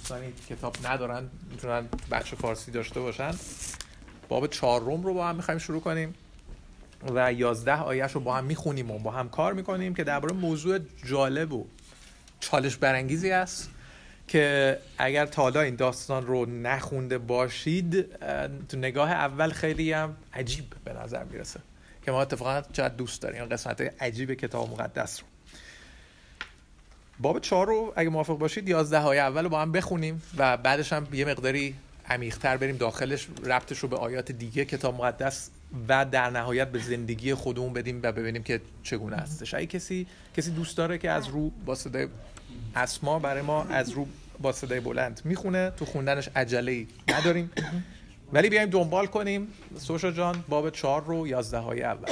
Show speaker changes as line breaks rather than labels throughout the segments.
دوستانی کتاب ندارن میتونن بخش فارسی داشته باشن. باب 4 رو با هم میخوایم شروع کنیم و 11 آیه‌اش رو با هم میخونیم و با هم کار میکنیم که درباره موضوع جالب و چالش برانگیزی است که اگر تا حالا این داستان رو نخونده باشید تو نگاه اول خیلی هم عجیب به نظر میرسه که ما اتفاقا چقدر دوست داریم قسمت عجیب کتاب مقدس رو. باب 4 رو اگه موافق باشید 11 آیه اول رو با هم بخونیم و بعدش هم یه مقداری عمیق‌تر بریم داخلش، ربطش رو به آیات دیگه کتاب مقدس و در نهایت به زندگی خودمون بدیم و ببینیم که چگونه هستش. اگه کسی دوست داره که از رو با صدای اسما برای ما از رو با صدای بلند میخونه، تو خوندنش عجله‌ای نداریم ولی بیایم دنبال کنیم. سوشا جان باب 4 رو 11 آیه اول.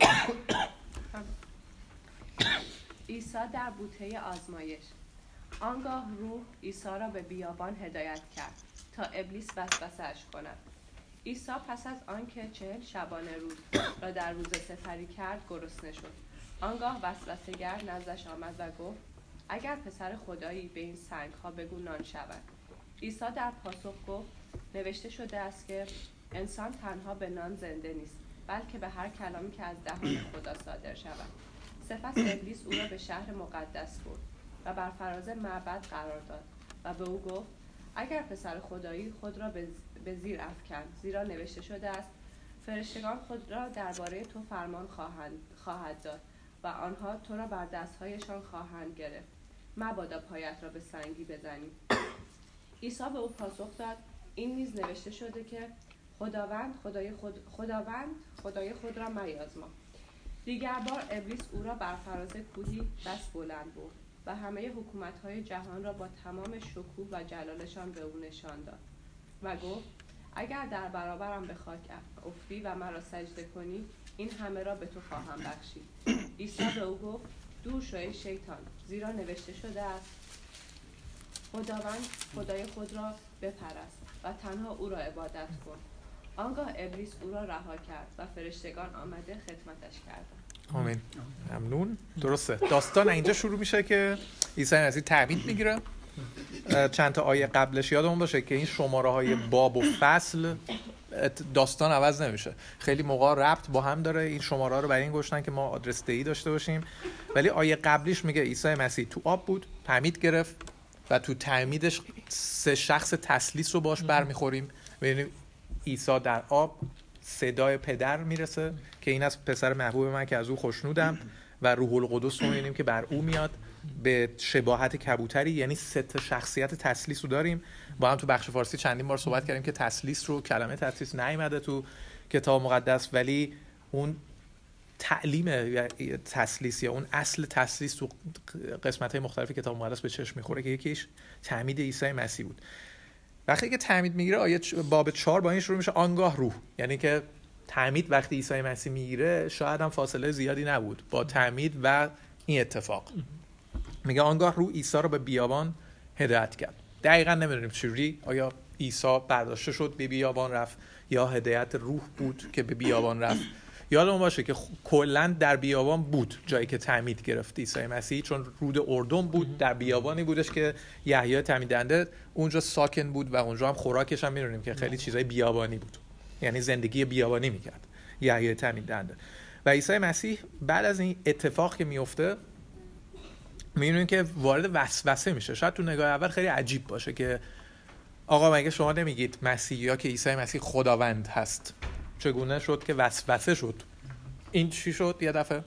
عیسی در بوته آزمایش. آنگاه روح عیسی را به بیابان هدایت کرد تا ابلیس وسوسه‌اش کند. عیسی پس از آنکه 40 شبانه روز را در روزه سپری کرد گرسنه شد. آنگاه وسوسه‌گر نزدش آمد و گفت اگر پسر خدایی به این سنگ‌ها بگو نان شود. عیسی در پاسخ گفت نوشته شده است که انسان تنها به نان زنده نیست بلکه به هر کلامی که از دهان خدا صادر شود. سپس ابلیس او را به شهر مقدس برد و بر فراز معبد قرار داد و به او گفت اگر پسر خدایی خود را به زیر افکن، زیرا نوشته شده است فرشتگان خود را درباره تو فرمان خواهد داد و آنها تو را بر دستهایشان خواهند گرفت. مبادا پایت را به سنگی بزنی. عیسی به او پاسخ داد این نیز نوشته شده که خداوند خدای خود را میازما. دیگر بار ابلیس او را بر فراز کوهی بس بلند برد و همه حکومت‌های جهان را با تمام شکوه و جلالشان به او نشان داد و گفت اگر در برابرم به خاک افتی و مرا سجده کنی این همه را به تو خواهم بخشید. عیسی به او گفت دور شو ای شیطان، زیرا نوشته شده است خدای خود را بپرست و تنها او را عبادت کن. آنگاه ابلیس او را رها کرد و فرشتگان آمده خدمتش کردند.
آمین. ممنون. درسته. داستان اینجا شروع میشه که عیسی مسیح تعمید میگیره. چند تا آیه قبلش یادمون باشه که این شماره های باب و فصل داستان عوض نمیشه. خیلی موقع ربط با هم داره. این شماره ها رو برای این گذاشتن که ما آدرس دهی داشته باشیم. ولی آیه قبلیش میگه عیسی مسیح تو آب بود، تعمید گرفت و تو تعمیدش 3 شخص تثلیث رو باش برمیخوریم. ببینیم عیسی در آب صدای پدر میرسه که این از پسر محبوب من که از او خوشنودم و روح القدس رو میبینیم که بر او میاد به شباهت کبوتری، یعنی 3 شخصیت تثلیث رو داریم. با هم تو بخش فارسی چندین بار صحبت کردیم که تثلیث رو کلمه تثلیث نیامده تو کتاب مقدس ولی اون تعلیم تثلیث یا اون اصل تثلیث تو قسمت‌های مختلف کتاب مقدس به چشم میخوره که یکیش تعمید عیسی مسیح بود. وقتی که تعمید میگیره آیه باب 4 با این شروع میشه آنگاه روح، یعنی که تعمید وقتی عیسی مسیح میگیره شاید هم فاصله زیادی نبود با تعمید و این اتفاق. میگه آنگاه روح عیسی رو به بیابان هدایت کرد. دقیقاً نمیدونیم چجوری، آیا عیسی برداشته شد به بیابان رفت یا هدایت روح بود که به بیابان رفت. یادمون باشه که کلاً در بیابان بود جایی که تعمید گرفت عیسی مسیح، چون رود اردن بود، در بیابانی بودش که یحیی تعمید دهنده اونجا ساکن بود و اونجا هم خوراکش هم میدونیم که خیلی چیزای بیابانی بود، یعنی زندگی بیابانی میکرد یحیی تعمید دهنده. و عیسی مسیح بعد از این اتفاق که میفته میبینیم که وارد وسوسه میشه. شاید تو نگاه اول خیلی عجیب باشه که آقا مگه شما نمیگید مسیحیا که عیسی مسیح خداوند هست؟ چگونه شد که وسوسه شد؟ این چی شد یه دفعه؟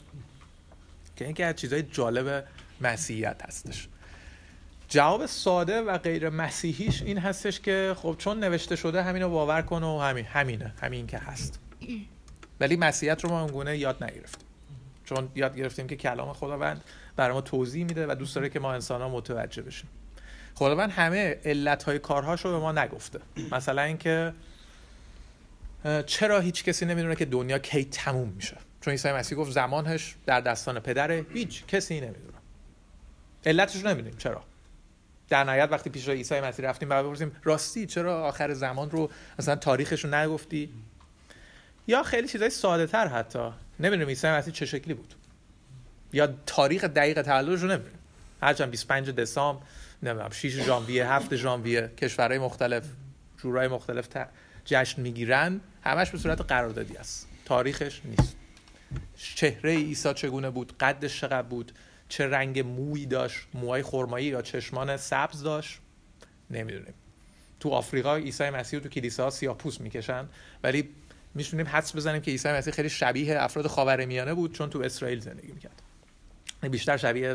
که اینکه از چیزای جالب مسیحیت هستش. جواب ساده و غیر مسیحیش این هستش که خب چون نوشته شده همینو باور کن و همین که هست. ولی مسیحیت رو ما اونگونه یاد نگرفتیم، چون یاد گرفتیم که کلام خداوند برای ما توضیح میده و دوست داره که ما انسان‌ها متوجه بشیم. خداوند همه علت‌های کارهاش رو به ما نگفته. مثلا اینکه چرا هیچ کسی نمیدونه که دنیا کی تموم میشه، چون عیسی مسیح گفت زمانش در دستان پدره، هیچ کسی نمیدونه. علتش رو نمیدونیم چرا. در نهایت وقتی پیش عیسی مسیح رفتیم بعد بپرسیم راستی چرا آخر زمان رو مثلا تاریخش رو نگفتی؟ یا خیلی چیزای ساده تر حتی نمیدونیم عیسی مسیح چه شکلی بود یا تاریخ دقیق تولدش رو نمیدونیم. هرچند 25 دسامبر نمیدونم 6 ژانویه 7 ژانویه کشورهای مختلف جورای مختلف جشن میگیرن، همش به صورت قراردادی است، تاریخش نیست. چهره عیسی چگونه بود، قدش چقدر بود، چه رنگ مویی داشت، موهای خرمایی یا چشمان سبز داشت، نمیدونیم. تو آفریقا عیسی مسیح رو تو کلیساها سیاه‌پوست میکشن، ولی میتونیم حدس بزنیم که عیسی مسیح خیلی شبیه افراد خاورمیانه بود چون تو اسرائیل زندگی میکرد. بیشتر شبیه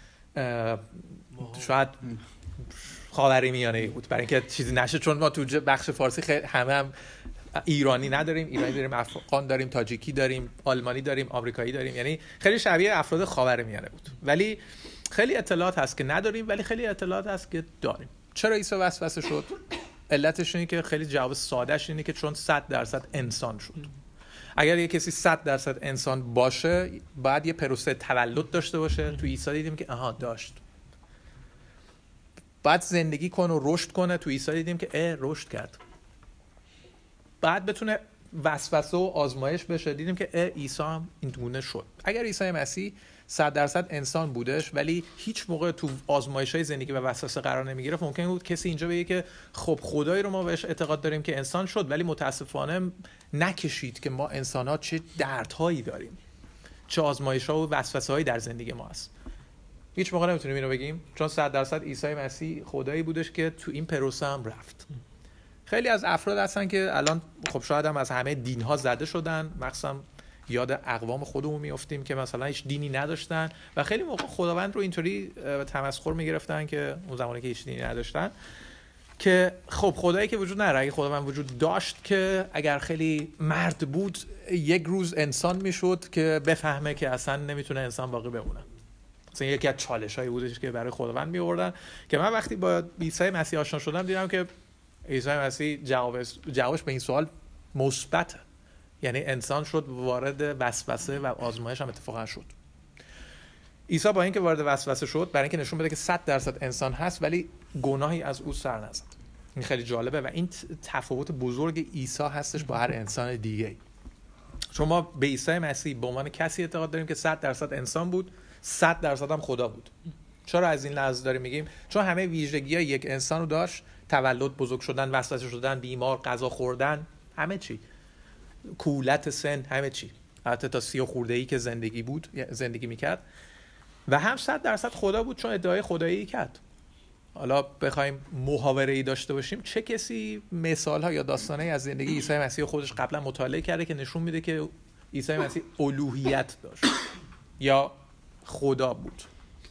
شاید خاورمیانه بود، برای اینکه چیزی نشه، چون ما تو بخش فارسی هم ایرانی نداریم، ایرانی داریم، افغان داریم، تاجیکی داریم، آلمانی داریم، آمریکایی داریم، یعنی خیلی شبیه افراد خاورمیانه بود. ولی خیلی اطلاعات هست که نداریم، ولی خیلی اطلاعات هست که داریم. چرا عیسی وسوسه شد؟ علتش اینه که خیلی جواب سادهش اینه که چون 100% انسان شد. اگر یه کسی 100% انسان باشه باید یه پروسه تولد داشته باشه. تو عیسی دیدیم که داشت. بعد زندگی کنه و رشد کنه. تو عیسی دیدیم که رشد کرد. بعد بتونه وسوسه و آزمایش بشه. دیدیم که عیسی هم این گونه شد. اگر عیسی مسیح 100% انسان بودش ولی هیچ موقع تو آزمایش‌های زندگی و وسوسه قرار نمی‌گرفت، ممکن بود کسی اینجا بگه که خب خدایی رو ما بهش اعتقاد داریم که انسان شد ولی متاسفانه نکشید که ما انسان‌ها چه دردهایی داریم، چه آزمایش‌ها و وسوسه‌هایی در زندگی ما هست. هیچ موقع نمیتونیم اینو بگیم، چون 100% عیسی مسیح خدایی بودش که تو این پروسه هم رفت. خیلی از افراد هستن که الان خب شاید هم از همه دین‌ها زده شدن، مخصوصا یاد اقوام خودمون میافتیم که مثلا هیچ دینی نداشتن و خیلی موقع خداوند رو اینطوری تمسخر میگرفتن که اون زمانی که هیچ دینی نداشتن که خب خدایی که وجود نداره. اگه خداوند وجود داشت که اگر خیلی مرد بود یک روز انسان میشد که بفهمه که اصلا نمیتونه انسان باقی بمونه. مثلا یکی از چالش‌هایی بودش که برای خداوند می‌آوردن که من وقتی با عیسی مسیح آشنا شدم دیدم که عیسی مسیح جوابش به این سوال مثبته. یعنی انسان شد، وارد وسوسه و آزمایش هم اتفاقا شد. عیسی با اینکه وارد وسوسه شد برای اینکه نشون بده که 100% انسان هست ولی گناهی از او سر نزد. این خیلی جالبه و این تفاوت بزرگ عیسی هستش با هر انسان دیگه. چون ما به عیسی مسیح به عنوان کسی اعتقاد داریم که 100% انسان بود، 100% هم خدا بود. چرا از این لحاظ داریم میگیم؟ چون همه ویژگی‌های یک انسان رو داشت: تولد، بزرگ شدن، وسوسه شدن، بیمار، غذا خوردن، همه چی، کولت سن، همه چی، حتی تا 30 خورده‌ای که زندگی میکرد و هم 100% خدا بود چون ادعای خدایی کرد. حالا بخوایم محاوره‌ای داشته باشیم، چه کسی مثال‌ها یا داستان‌هایی از زندگی عیسی مسیح خودش قبلا مطالعه کرده که نشون میده که عیسی مسیح الوهیت داشت یا خدا بود؟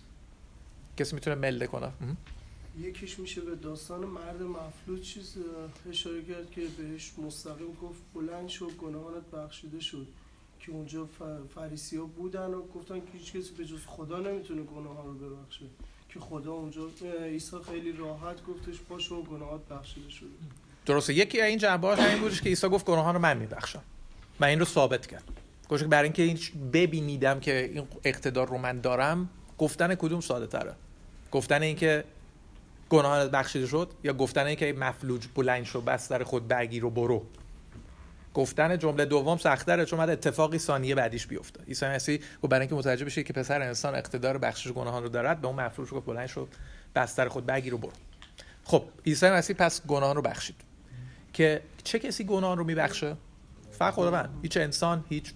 کسی میتونه ملده کنه؟
یکیش میشه به داستان مرد مفلوج چیز اشاره کرد که بهش مستقیم گفت بلند شو گناهانت بخشیده شد، که اونجا فریسی‌ها بودن و گفتن که هیچ کسی به جز خدا نمیتونه گناهان رو ببخشه، که خدا اونجا عیسی خیلی راحت گفتش پاشو گناهات بخشیده شده.
درسته. یکی این جنبه‌اش همین بودش که عیسی گفت گناهان رو من میبخشم و این رو ثابت کرد. گفت برای اینکه ببینیدم که این اقتدار رو من دارم، گفتن کدوم ساده تره؟ گفتن این که گناهانت بخشیده شد یا گفتن این که مفلوج بلند شو بستر خود برگیر و برو؟ گفتن جمله دوم سخت‌تره چون بعد اتفاقی ثانیه بعدیش بیفته. عیسی مسیح گفت برای اینکه متوجه بشه که پسر انسان اقتدار بخشش گناهان رو دارد، به اون مفلوج گفت بلند شو بستر خود برگیر و برو. خب عیسی مسیح پس گناهان رو بخشید. که چه کسی گناهان رو میبخشه؟ فقط خداوند. هیچ انسان، هیچ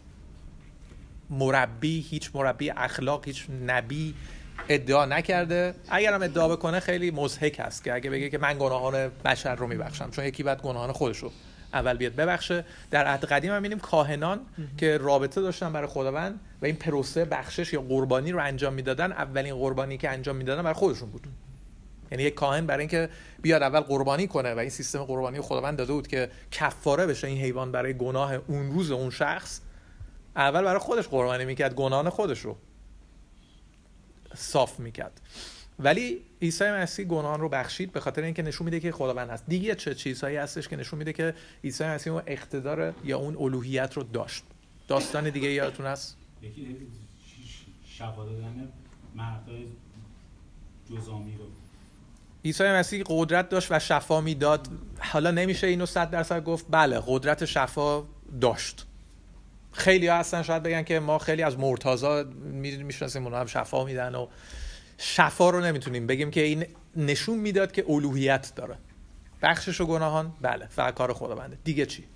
مربی اخلاق، هیچ نبی ادعا نکرده. اگر هم ادعا بکنه خیلی مضحک است که اگه بگه که من گناهان بشر رو میبخشم، چون یکی بعد گناهان خودش رو اول بیاد ببخشه. در عهد قدیم هم می‌بینیم کاهنان که رابطه داشتن برای خداوند و این پروسه بخشش یا قربانی رو انجام میدادن، اولین قربانی که انجام میدادن برای خودشون بود. یعنی یک کاهن برای اینکه بیاد اول قربانی کنه و این سیستم قربانی خداوند داده بود که کفاره بشه این حیوان برای گناه اون روز اون شخص، اول برای خودش قربانی میکرد، گناهان خودش رو صاف میکرد. ولی عیسی مسیح گناهان رو بخشید به خاطر اینکه نشون میده که خداوند هست. دیگه چه چیزهایی هستش که نشون میده که عیسی مسیح اون اقتدار یا اون الوهیت رو داشت؟ داستان دیگه یادتون هست؟
یکی شفا دادن مردای جزامی رو.
عیسی مسیح قدرت داشت و شفا میداد. حالا نمیشه اینو 100% گفت بله قدرت شفا داشت. خیلی ها هستن شاید بگن که ما خیلی از مرتضی میشناسیم، اونها هم شفا میدن و شفا رو نمیتونیم بگیم که این نشون میداد که الوهیت داره. بخشش و گناهان بله فقط کار خداونده. دیگه چی؟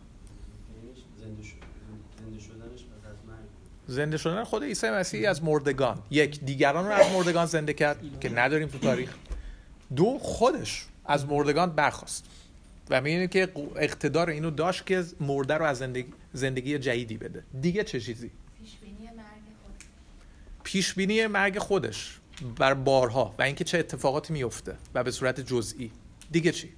زنده شدن خود عیسی مسیح از مردگان. یک، دیگران رو از مردگان زنده کرد که نداریم تو تاریخ. دو، خودش از مردگان برخاست و می‌بینید که اقتدار اینو داشت که مرده رو از زندگی جدیدی بده. دیگه چه چیزی؟ پیشبینی مرگ خودش بر بارها و اینکه چه اتفاقاتی میفته و به صورت جزئی. دیگه چی؟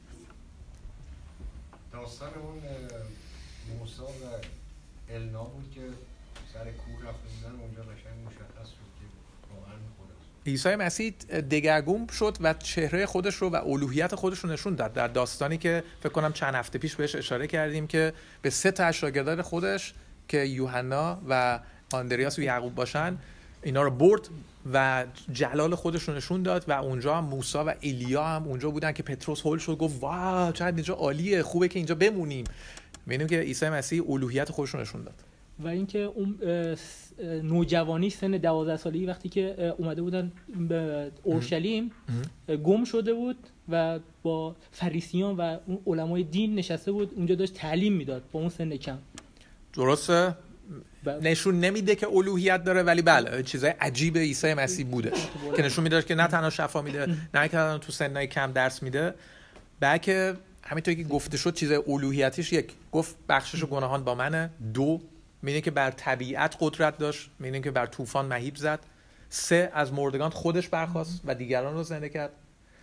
داستان اون موسی و النا بود که سر کوه رفته بودن، اونجا قشنگ مشخص شد که واقعا خداست.
عیسی مسیح دگرگون شد و چهره خودش رو و الوهیت خودش رو نشون داد در داستانی که فکر کنم چند هفته پیش بهش اشاره کردیم که به 3 تا شاگردان خودش که یوحنا و آندریاس و یعقوب باشن اینا رو برد و جلال خودش رو نشون داد و اونجا هم موسی و ایلیا هم اونجا بودن که پتروس هول شد گفت واو چقدر اینجا عالیه، خوبه که اینجا بمونیم. می‌بینیم که عیسی مسیح الوهیت خودش رو نشون داد.
و اینکه اون نوجوانی سن 12 سالگی وقتی که اومده بودن به اورشلیم گم شده بود و با فریسیان و اون علمای دین نشسته بود اونجا داشت تعلیم میداد با اون سن کم.
درسته؟ نشون نمیده که الوهیت داره ولی بله چیزای عجیب عیسی مسیح بودش که نشون میده که نه تنها شفا میده نه تنها تو سنای کم درس میده، بلکه همینطوری که گفته شد چیزای الوهیتیش یک گفت بخشش گناهان با منه، 2 میگه که بر طبیعت قدرت داشت، میگه که بر طوفان مهیب زد، 3 از مردگان خودش برخاست و دیگران رو زنده کرد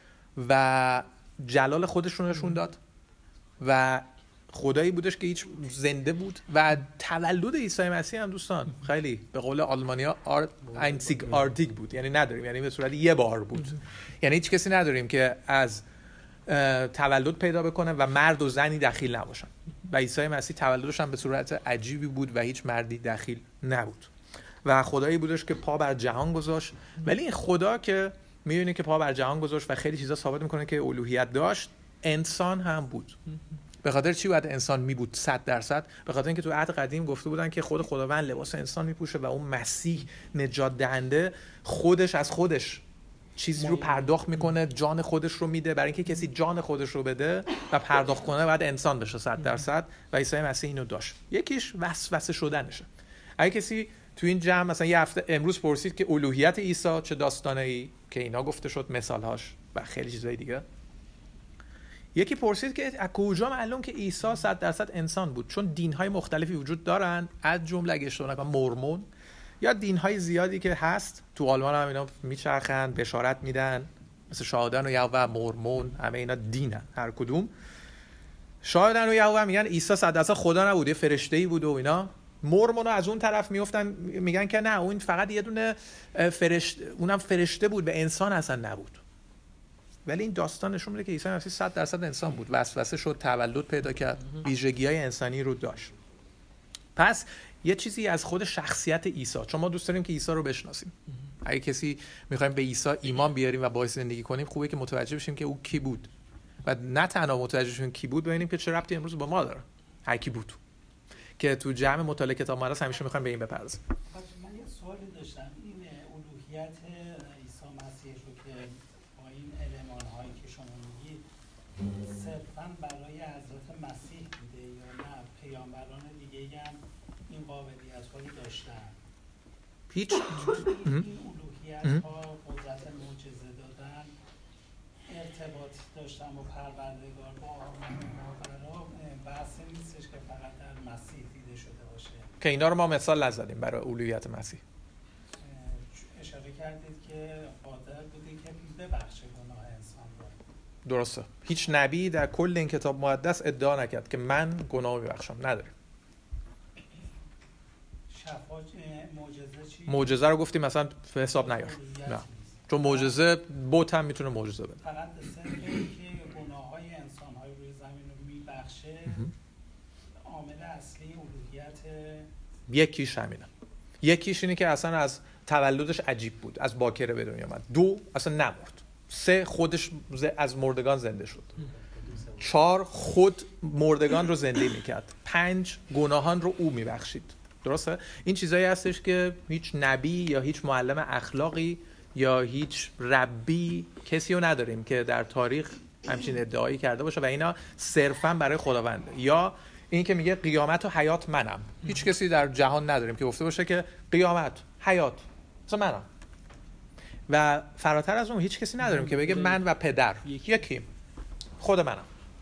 و جلال خودش رو نشون داد و خدایی بودش که هیچ زنده بود و تولد عیسی مسیح هم دوستان خیلی به قول آلمانیا اینسیگ آردیگ بود، یعنی نداریم، یعنی به صورت یه بار بود، یعنی هیچ کسی نداریم که از تولد پیدا بکنه و مرد و زنی دخیل نباشن و عیسی مسیح تولدش هم به صورت عجیبی بود و هیچ مردی دخیل نبود و خدایی بودش که پا بر جهان گذاشت. ولی این خدا که می‌بینید که پا بر جهان گذاشت و خیلی چیزا ثابت میکنه که الوهیت داشت، انسان هم بود. به خاطر چی باید انسان می بود 100%؟ به خاطر اینکه تو عهد قدیم گفته بودن که خود خداوند لباس انسان میپوشه و اون مسیح نجات دهنده خودش از خودش چیزی رو پرداخت میکنه، جان خودش رو میده. برای اینکه کسی جان خودش رو بده و پرداخت کنه باید انسان بشه 100% و عیسی مسیح اینو داشت. یکیش وسوسه شدنشه. اگه کسی تو این جمع مثلا یه هفته امروز پرسید که الوهیت عیسی چه داستانایی که اینا گفته شد مثالهاش و خیلی چیزای دیگه، یکی پرسید که از کجا معلوم که عیسی 100% انسان بود؟ چون دین‌های مختلفی وجود دارن، از جمله اگه اشتباه نکنم مرمون یا دین‌های زیادی که هست تو آلمان هم اینا میچرخن بشارت میدن، مثل شاهدان و یهوه، مرمون، همه اینا دینن. هر کدوم شاهدان و یهوه میگن عیسی 100% خدا نبود، یه فرشته‌ای بود و اینا. مرمونا از اون طرف میافتن میگن که نه اون فقط یه دونه اونم فرشته بود، به انسان اصلا نبود. ولی این داستان نشون میده که عیسی مسیح 100% انسان بود، وسوسه شد، تولد پیدا کرد، ویژگی‌های انسانی رو داشت. پس یه چیزی از خود شخصیت عیسی، چون ما دوست داریم که عیسی رو بشناسیم. اگه کسی می‌خوایم به عیسی ایمان بیاریم و باهاش زندگی کنیم، خوبه که متوجه بشیم که او کی بود و نه تنها متوجه بشیم کی بود، ببینیم که چه ربطی امروز با ما داره. هر کی بود که تو جمع مطالعه کتاب مقدس همیشه می‌خوایم به این بپردازیم.
من یه سوالی داشتم، این الوهیت عیسی مسیح رو که با این المان‌هایی که شما میگید صرفاً برای حضرت مسیح بوده یا نه پیامبران دیگه هم این قابلیت‌ها رو داشتن؟
هیچ
این الوهیت‌ها قدرت معجزه دادن ارتباط داشتن با پروردگار با ماورا بحث نیستش که فقط در مسیح دیده شده باشه
که اینا رو ما مثال نزدیم برای الوهیت مسیح.
اشاره کردید که قادر بوده که ببخشه گناه انسان رو.
درسته. هیچ نبی در کل این کتاب مقدس ادعا نکرد که من گناه میبخشم. نداریم.
شفا معجزه چی؟
معجزه رو گفتیم مثلا به حساب نیار. نه. چون معجزه بت هم میتونه معجزه بده.
فقط صرف که گناه‌های انسان‌های روی زمین رو میبخشه عامل اصلی الوهیت
یکیش همینه. یکیش اینه که اصلا از تولدش عجیب بود، از باکره به دنیا اومد. 2 اصلا نمرد. 3 خودش از مردگان زنده شد. 4 خود مردگان رو زنده میکرد. 5 گناهان رو او میبخشید. درسته؟ این چیزایی هستش که هیچ نبی یا هیچ معلم اخلاقی یا هیچ ربی کسی رو نداریم که در تاریخ همچین ادعایی کرده باشه و اینا صرفاً برای خداونده. یا این که میگه قیامت و حیات منم. هیچ کسی در جهان نداریم که گفته باشه که قیامت، حیات مثلا منم. و فراتر از اون هیچ کسی نداریم که بگه من و پدر یکیم، خود منم.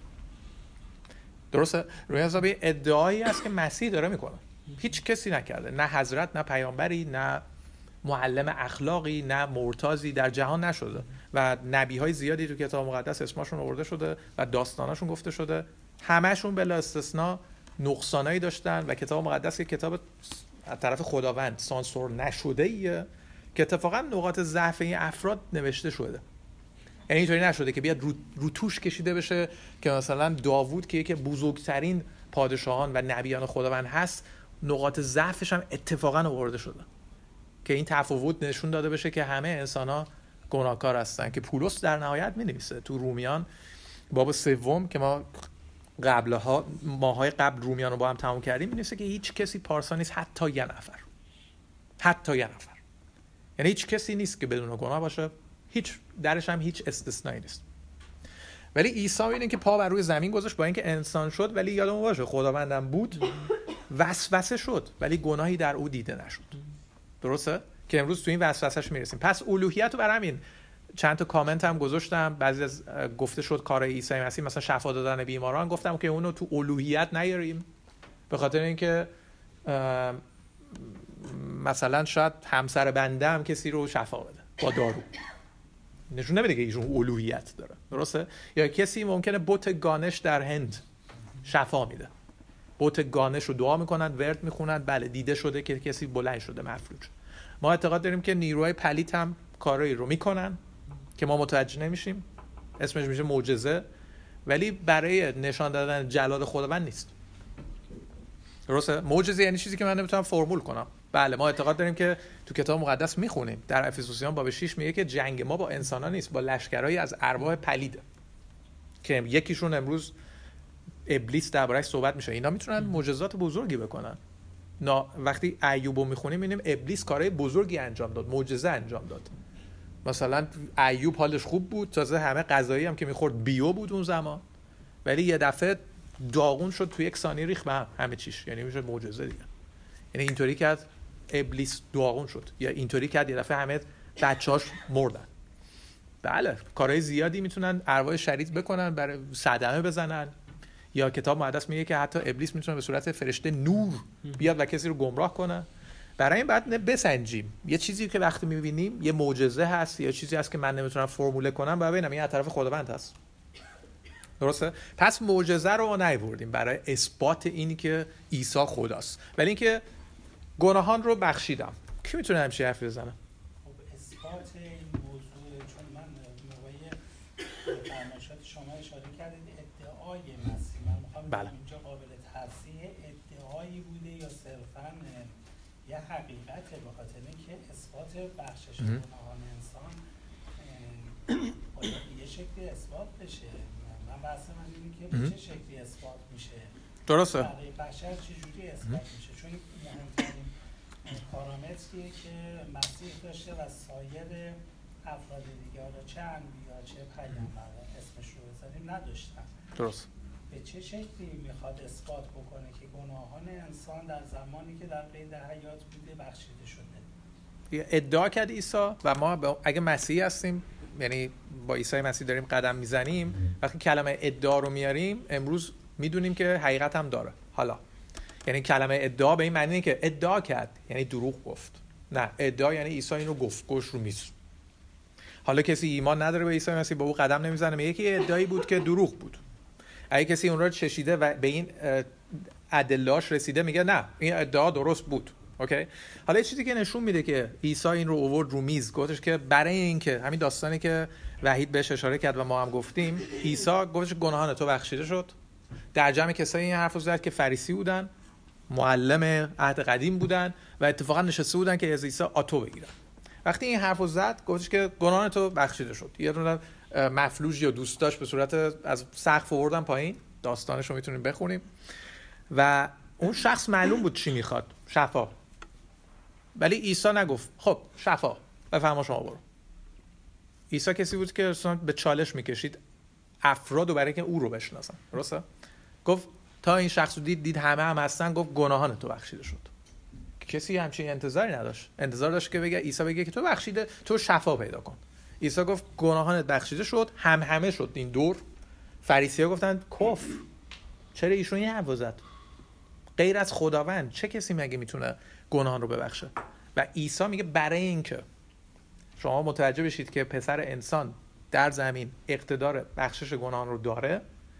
درسته؟ روی حساب ادعایی است که مسیح داره میکنه. هیچ کسی نکرده، نه حضرت، نه پیامبری، نه معلم اخلاقی، نه مرتضی در جهان نشده و نبی‌های زیادی تو کتاب مقدس اسمشون آورده شده و داستاناشون گفته شده. همه‌شون بلا استثنا نقصانایی داشتن و کتاب مقدس که کتاب از طرف خداوند سانسور نشده‌ایه که اتفاقا نقاط ضعف این افراد نوشته شده. یعنی اینطوری نشده که بیاد رو توش کشیده بشه که مثلا داوود که یکی بزرگترین پادشاهان و نبیان خداوند هست نقاط ضعفش هم اتفاقا آورده شده که این تفاوت نشون داده بشه که همه انسان‌ها گناهکار هستن. که پولس در نهایت می‌نویسه تو رومیان باب 3 که ما ماهای قبل رومیان رو با هم تموم کردیم، می‌نویسه که هیچ کسی پارسا نیست حتی یه نفر. یعنی هیچ کسی نیست که بدون گناه باشه، هیچ درش هم هیچ استثنایی نیست. ولی عیسی اینه که پا بر روی زمین گذاشت، با اینکه انسان شد ولی یادمون باشه خداوندم بود، وسوسه شد ولی گناهی در او دیده نشد. درسته؟ که امروز تو این وسوسه‌اش میرسیم. پس الوهیت رو برای همین چند تا کامنت هم گذاشتم. بعضی از گفته شد کار عیسی مسیح مثلا شفا دادن بیماران، گفتم که اونو تو الوهیت نیاریم به خاطر اینکه مثلا شاید همسر بنده هم کسی رو شفا بده با دارو، نشون نمیده که ایشون الوهیت داره. درسته؟ یا کسی ممکنه بت گانش در هند شفا میده، بت گانش رو دعا میکنن، ورد میخونن، بله دیده شده که کسی بلند شده مفلوج. ما اعتقاد داریم که نیروهای پلیت هم کارایی رو میکنن که ما متوجه نمیشیم، اسمش میشه معجزه، ولی برای نشان دادن جلال خداوند نیست. درسته؟ معجزه یعنی چیزی که من نمیتونم فرمول کنم. بله ما اعتقاد داریم که تو کتاب مقدس میخونیم در افسوسیان باب 6 میگه که جنگ ما با انسان‌ها نیست، با لشکرایی از ارواح پلیده که یکیشون امروز ابلیس درباره‌اش صحبت میشه. اینا میتونن معجزات بزرگی بکنن. وقتی ایوبو میخونیم میبینیم ابلیس کارهای بزرگی انجام داد، معجزه انجام داد. مثلا ایوب حالش خوب بود، تازه همه غذایی هم که میخورد بیو بود اون زمان، ولی یه دفعه داغون شد، تو یک ثانیه ریخت به همه چیش. یعنی میشه معجزه دیگه. یعنی اینطوری کرد ابلیس داغون شد، یا اینطوری کرد یه دفعه همه بچه‌هاش مردن. بله کارهای زیادی میتونن ارواح شریر بکنن، برای صدمه بزنن، یا کتاب مقدس میگه که حتی ابلیس میتونه به صورت فرشته نور بیاد و کسی رو گمراه کنه. برای این بعد بسنجیم یه چیزی که وقتی میبینیم یه معجزه هست یا چیزی هست که من نمیتونم فرموله کنم، باید ببینم این از طرف خداوند هست. درسته؟ پس معجزه رو ما نیاوردیم برای اثبات اینی که عیسی خداست، ولی اینکه گناهان رو بخشیدم. کی میتونه همچین حرفی بزنه؟
خب اثبات این موضوع، چون من موقعی فرمایشات شما اشاره کردید ادعای مسیح، من میخوام
بله.
اینجا قابل تصحیح ادعایی بوده یا صرفاً یه حقیقته، به خاطر اینکه اثبات بخشش گناهان انسان باید یه شکلی اثبات بشه. من بحث من اینه که به چه شکلی اثبات میشه،
درسته؟
برای بشر چجوری اثبات میشه، چون مهمترین پارامتریه که مسیح داشته و سایر افراد دیگه، حالا چه انبیا چه پیامبر اسمش رو بذاریم نداشتن.
درست.
به چه شکلی میخواد اثبات بکنه که گناهان انسان در زمانی که در قید حیات بوده بخشیده شده؟
ادعا کرد عیسی و ما اگه مسیحی هستیم، یعنی با عیسی مسیح داریم قدم میزنیم، وقتی کلمه ادعا رو میاریم امروز میدونیم که حقیقت هم داره. حالا یعنی کلمه ادعا به این معنی که ادعا کرد یعنی دروغ گفت، نه، ادعا یعنی عیسی این رو گفت، گوش رو میز. حالا کسی ایمان نداره به عیسی مسیح، با او قدم نمیزنه، میگه که ادعایی بود که دروغ بود. اگه کسی اون رو چشیده و به این ادله‌اش رسیده، میگه نه این ادعا درست بود. اوکی. حالا یه چیزی که نشون میده که عیسی این رو آورد رو میز، گفتش که برای اینکه همین داستانی که وحید بهش اشاره کرد و ما هم گفتیم، عیسی گفتش گناهان تو بخشیده شد. در جمع کسایی این حرفو زد که فریسی بودن، معلم عهد قدیم بودن و اتفاقا نشسته بودن که از عیسی آتو بگیرن. وقتی این حرفو زد گفتش که گناهان تو بخشیده شد. یه دونه مفلوج یا دوست داشت به صورت از سقف آوردن پایین، داستانش رو میتونیم بخونیم، و اون شخص معلوم بود چی میخواد، شفا. ولی عیسی نگفت خب شفا بفرما شما برو. عیسی کسی بود که اصلا به چالش میکشید افرادو برای که او رو بشناسن. درسته؟ گفت تا این شخصو دید همه هم هستن، گفت گناهان تو بخشیده شد. کسی همچین انتظاری نداشت. انتظار داشت که بگه عیسی بگه که تو بخشیده، تو شفا پیدا کن. عیسی گفت گناهانت بخشیده شد. همه شد این دور. فریسی‌ها گفتن کفر، چرا ایشون این حرفو زد؟ غیر از خداوند چه کسی مگه میتونه گناهان رو ببخشه؟ و عیسی میگه برای اینکه شما متوجه بشید که پسر انسان در زمین اقتدار بخشش گناهان رو داره،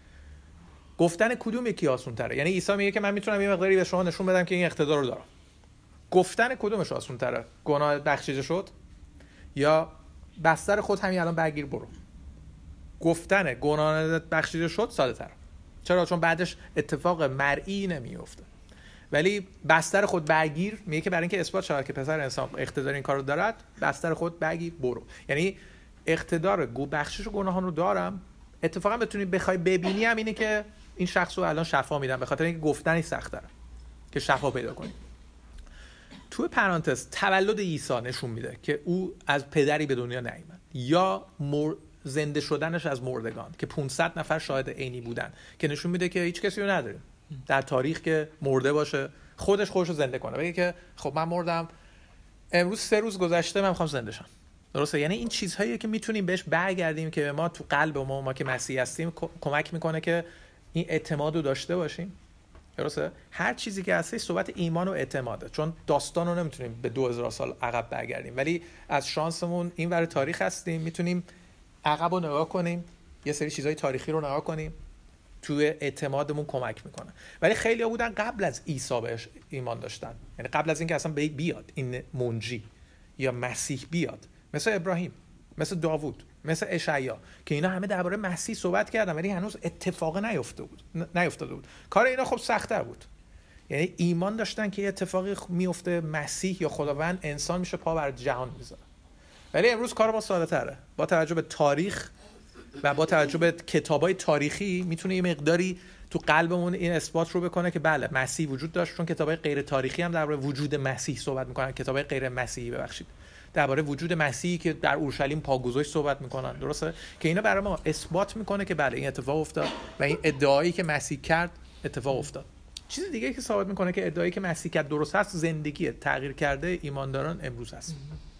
گفتن کدوم یکی آسان تره؟ یعنی عیسی میگه که من میتونم یه مقداری به شما نشون بدم که این اقتدار رو دارم. گفتن کدومش آسان تره؟ گناه بخشیده شد یا بستر خود همین الان بگیر برو؟ گفتن گناه بخشیده شد ساده تر. چرا؟ چون بعدش اتفاق مرئی نمیفته. ولی بستر خود بگیر میگه که برای اینکه اثبات شود که پسر انسان اقتدار این کارو دارد، بستر خود بگیر برو. یعنی اقتدار بخشش گناهان رو دارم. اتفاقا بتونی بخوای ببینی هم اینه که این شخص رو الان شفا میدم، به خاطر اینکه گفتنش سخت‌تره که شفا پیدا کنی. تو پرانتز تولد عیسی نشون میده که او از پدری به دنیا نیامد یا زنده شدنش از مردگان که 500 نفر شاهد عینی بودن، که نشون میده که هیچ کسی رو نداریم در تاریخ که مرده باشه خودش رو زنده کنه، بگه که خب من مردم امروز 3 روز گذشته من میخوام زنده شم. درسته؟ یعنی این چیزهایی که میتونیم بهش برگردیم که ما تو قلب ما که مسیحی هستیم کمک میکنه که این اعتماد رو داشته باشیم. درسته؟ هر چیزی که هستی صحبت ایمان و اعتماده، چون داستان رو نمیتونیم به 2000 سال عقب برگردیم، ولی از شانسمون این ور تاریخ هستیم، میتونیم عقب رو نگاه کنیم، یه سری چیزهای تاریخی رو نگاه کنیم، توی اعتمادمون کمک میکنه. ولی خیلی‌ها بودن قبل از عیسی بهش ایمان داشتن، یعنی قبل از اینکه اصلا بیاد این منجی یا مسیح بیاد، مثل ابراهیم، مثل داوود، مثل اشعیا، که اینا همه درباره مسیح صحبت کردن ولی هنوز اتفاق نیفتاده بود. کار اینا خب سخت‌تر بود. یعنی ایمان داشتن که اتفاقی میفته، مسیح یا خداوند انسان میشه پا بر جهان میذاره. ولی امروز کار ما ساده‌تره. با توجه به تاریخ و با توجه به کتابای تاریخی میتونه یه مقداری تو قلبمون این اثبات رو بکنه که بله مسیح وجود داشت، چون کتابای غیر تاریخی هم درباره وجود مسیح صحبت میکنن، کتابای غیر مسیحی درباره وجود مسیحی که در اورشلیم پاگذاشت صحبت میکنن. درسته؟ که اینا برای ما اثبات میکنه که بله این اتفاق افتاد و این ادعایی که مسیح کرد اتفاق افتاد. چیز دیگه که ثابت میکنه که ادعایی که مسیح کرد درست هست، زندگی تغییر کرده ایمانداران امروز هست.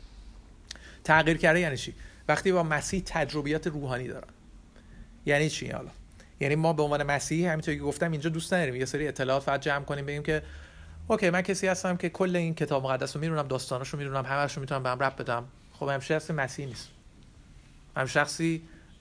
تغییر کرده یعنی چی؟ وقتی با مسیح تجربیات روحانی دارن. یعنی چی حالا؟ یعنی ما به عنوان مسیحی همینطوری که گفتم اینجا دوست نداریم یه سری اطلاعات فقط جمع کنیم بگیم که اوکی من کسی هستم که کل این کتاب مقدس رو میدونم، داستاناش رو میدونم، همه‌اش رو میتونم به هم ربط بدم. خب همش شخصی مسیحی نیست. هم شخصی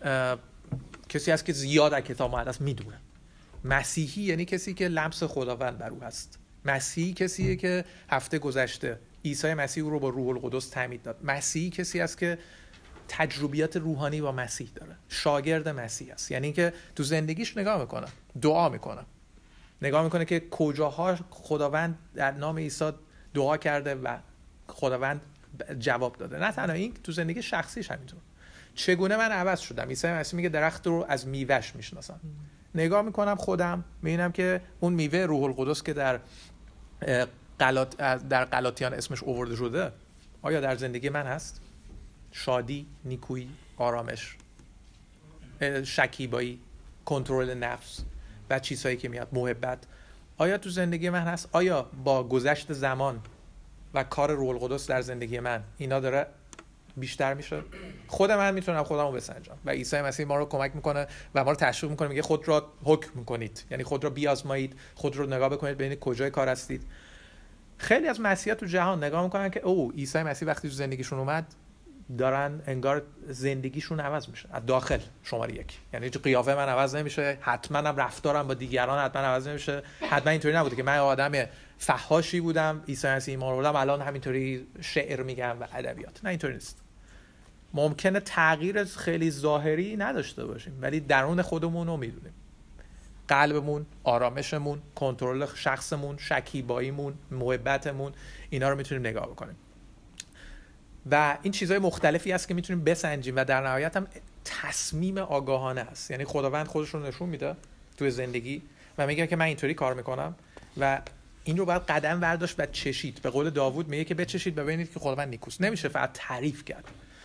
کسی هست که زیاد از کتاب مقدس میدونه. مسیحی یعنی کسی که لمس خداوند بر او هست. مسیحی کسیه که هفته گذشته عیسی مسیح او رو با روح القدس تعمید داد. مسیحی کسی است که تجربیات روحانی با مسیح داره، شاگرد مسیح است. یعنی که تو زندگیش نگاه میکنه، دعا میکنه، نگاه میکنه که کجاها خداوند در نام عیسی دعا کرده و خداوند جواب داده. نه تنها این، تو زندگی شخصیش همینطور. چگونه من عوض شدم؟ عیسی مسیح میگه درخت رو از میوهش میشناسم. نگاه میکنم خودم، میبینم که اون میوه روح القدس که در غلاطیان اسمش آورده شده آیا در زندگی من هست؟ شادی، نیکویی، آرامش، شکیبایی، کنترل نفس و چیزهایی که میاد، محبت، آیا تو زندگی من هست؟ آیا با گذشت زمان و کار روح القدس در زندگی من اینا داره بیشتر میشه؟ خود من میتونم خودمو بسنجم و عیسی مسیح ما رو کمک میکنه و ما رو تشویق میکنه، میگه خود را حکم کنید، یعنی خود را بیازمایید، خود رو نگاه بکنید ببینید کجای کار هستید. خیلی از مسیحا تو جهان نگاه میکنن که او عیسی مسیح وقتی تو زندگیشون اومد دارن انگار زندگیشون عوض میشه از داخل. شماره 1 یعنی قیافه من عوض نمیشه، حتما هم رفتارم با دیگران حتما عوض نمیشه. حتما اینطوری نبوده که من آدم فحاشی بودم عیسی مسیح ایمان آوردم الان همینطوری شعر میگم و ادبیات. نه اینطوری نیست. ممکنه تغییر خیلی ظاهری نداشته باشیم ولی درون خودمون رو میدونیم، قلبمون، آرامشمون، کنترل شخصمون، شکیباییمون، محبتمون، اینا رو میتونیم نگاه بکنیم و این چیزهای مختلفی هست که میتونیم بسنجیم و در نهایت هم تصمیم آگاهانه است. یعنی خداوند خودش رو نشون میده توی زندگی و میگه که من اینطوری کار میکنم و این رو باید قدم برداشت و چشید. به قول داوود میگه که بچشید ببینید که خداوند نیکوست. نمیشه فقط تعریف کرد.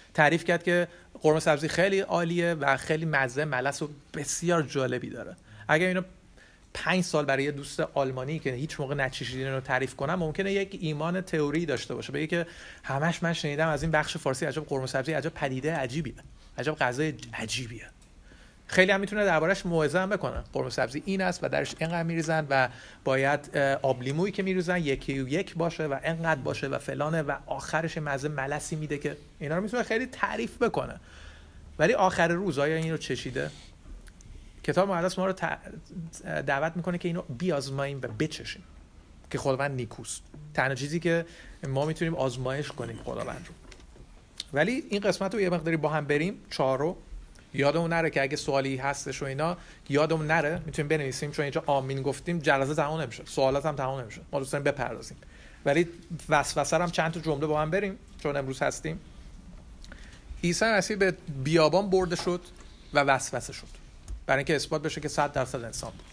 تعریف کرد که قرمه سبزی خیلی عالیه و خیلی مزه ملس و بسیار جالبی داره. اگر اینو 5 سال برای یه دوست آلمانی که هیچ موقع نچشیدین رو تعریف کنم، ممکنه یک ایمان تئوری داشته باشه، بگه که همش من شنیدم از این بخش فارسی عجب قرمه سبزی عجب پدیده عجیبیه، عجب غذای عجیبیه. خیلی هم میتونه دربارش موعظه هم بکنه. قرمه سبزی این است و درش اینقدر میریزن و باید آب لیمویی که میریزن یکی و یک باشه و اینقدر باشه و فلانه و آخرش مزه ملسی میده که اینا رو میتونه خیلی تعریف بکنه. ولی آخر روز آیا این رو چشیده؟ کتاب مقدس ما رو دعوت میکنه که اینو بیازماییم و بچشیم که خداوند نیکوست. تنها چیزی که ما میتونیم آزمایش کنیم خداوند رو. ولی این قسمت رو یه مقداری با هم بریم. 4 رو یادمون نره که اگه سوالی هستش و اینا یادمون نره میتونیم بنویسیم، چون اینجا آمین گفتیم جلسه تمام نمیشه، سوالات هم تمام نمیشه، ما دوست داریم بپردازیم. ولی وسوسه هم چند تا جمله با هم بریم چون امروز هستیم. عیسی مسیح به بیابان برده شد و وسوسه شد برای اینکه اثبات بشه که 100% انسان بود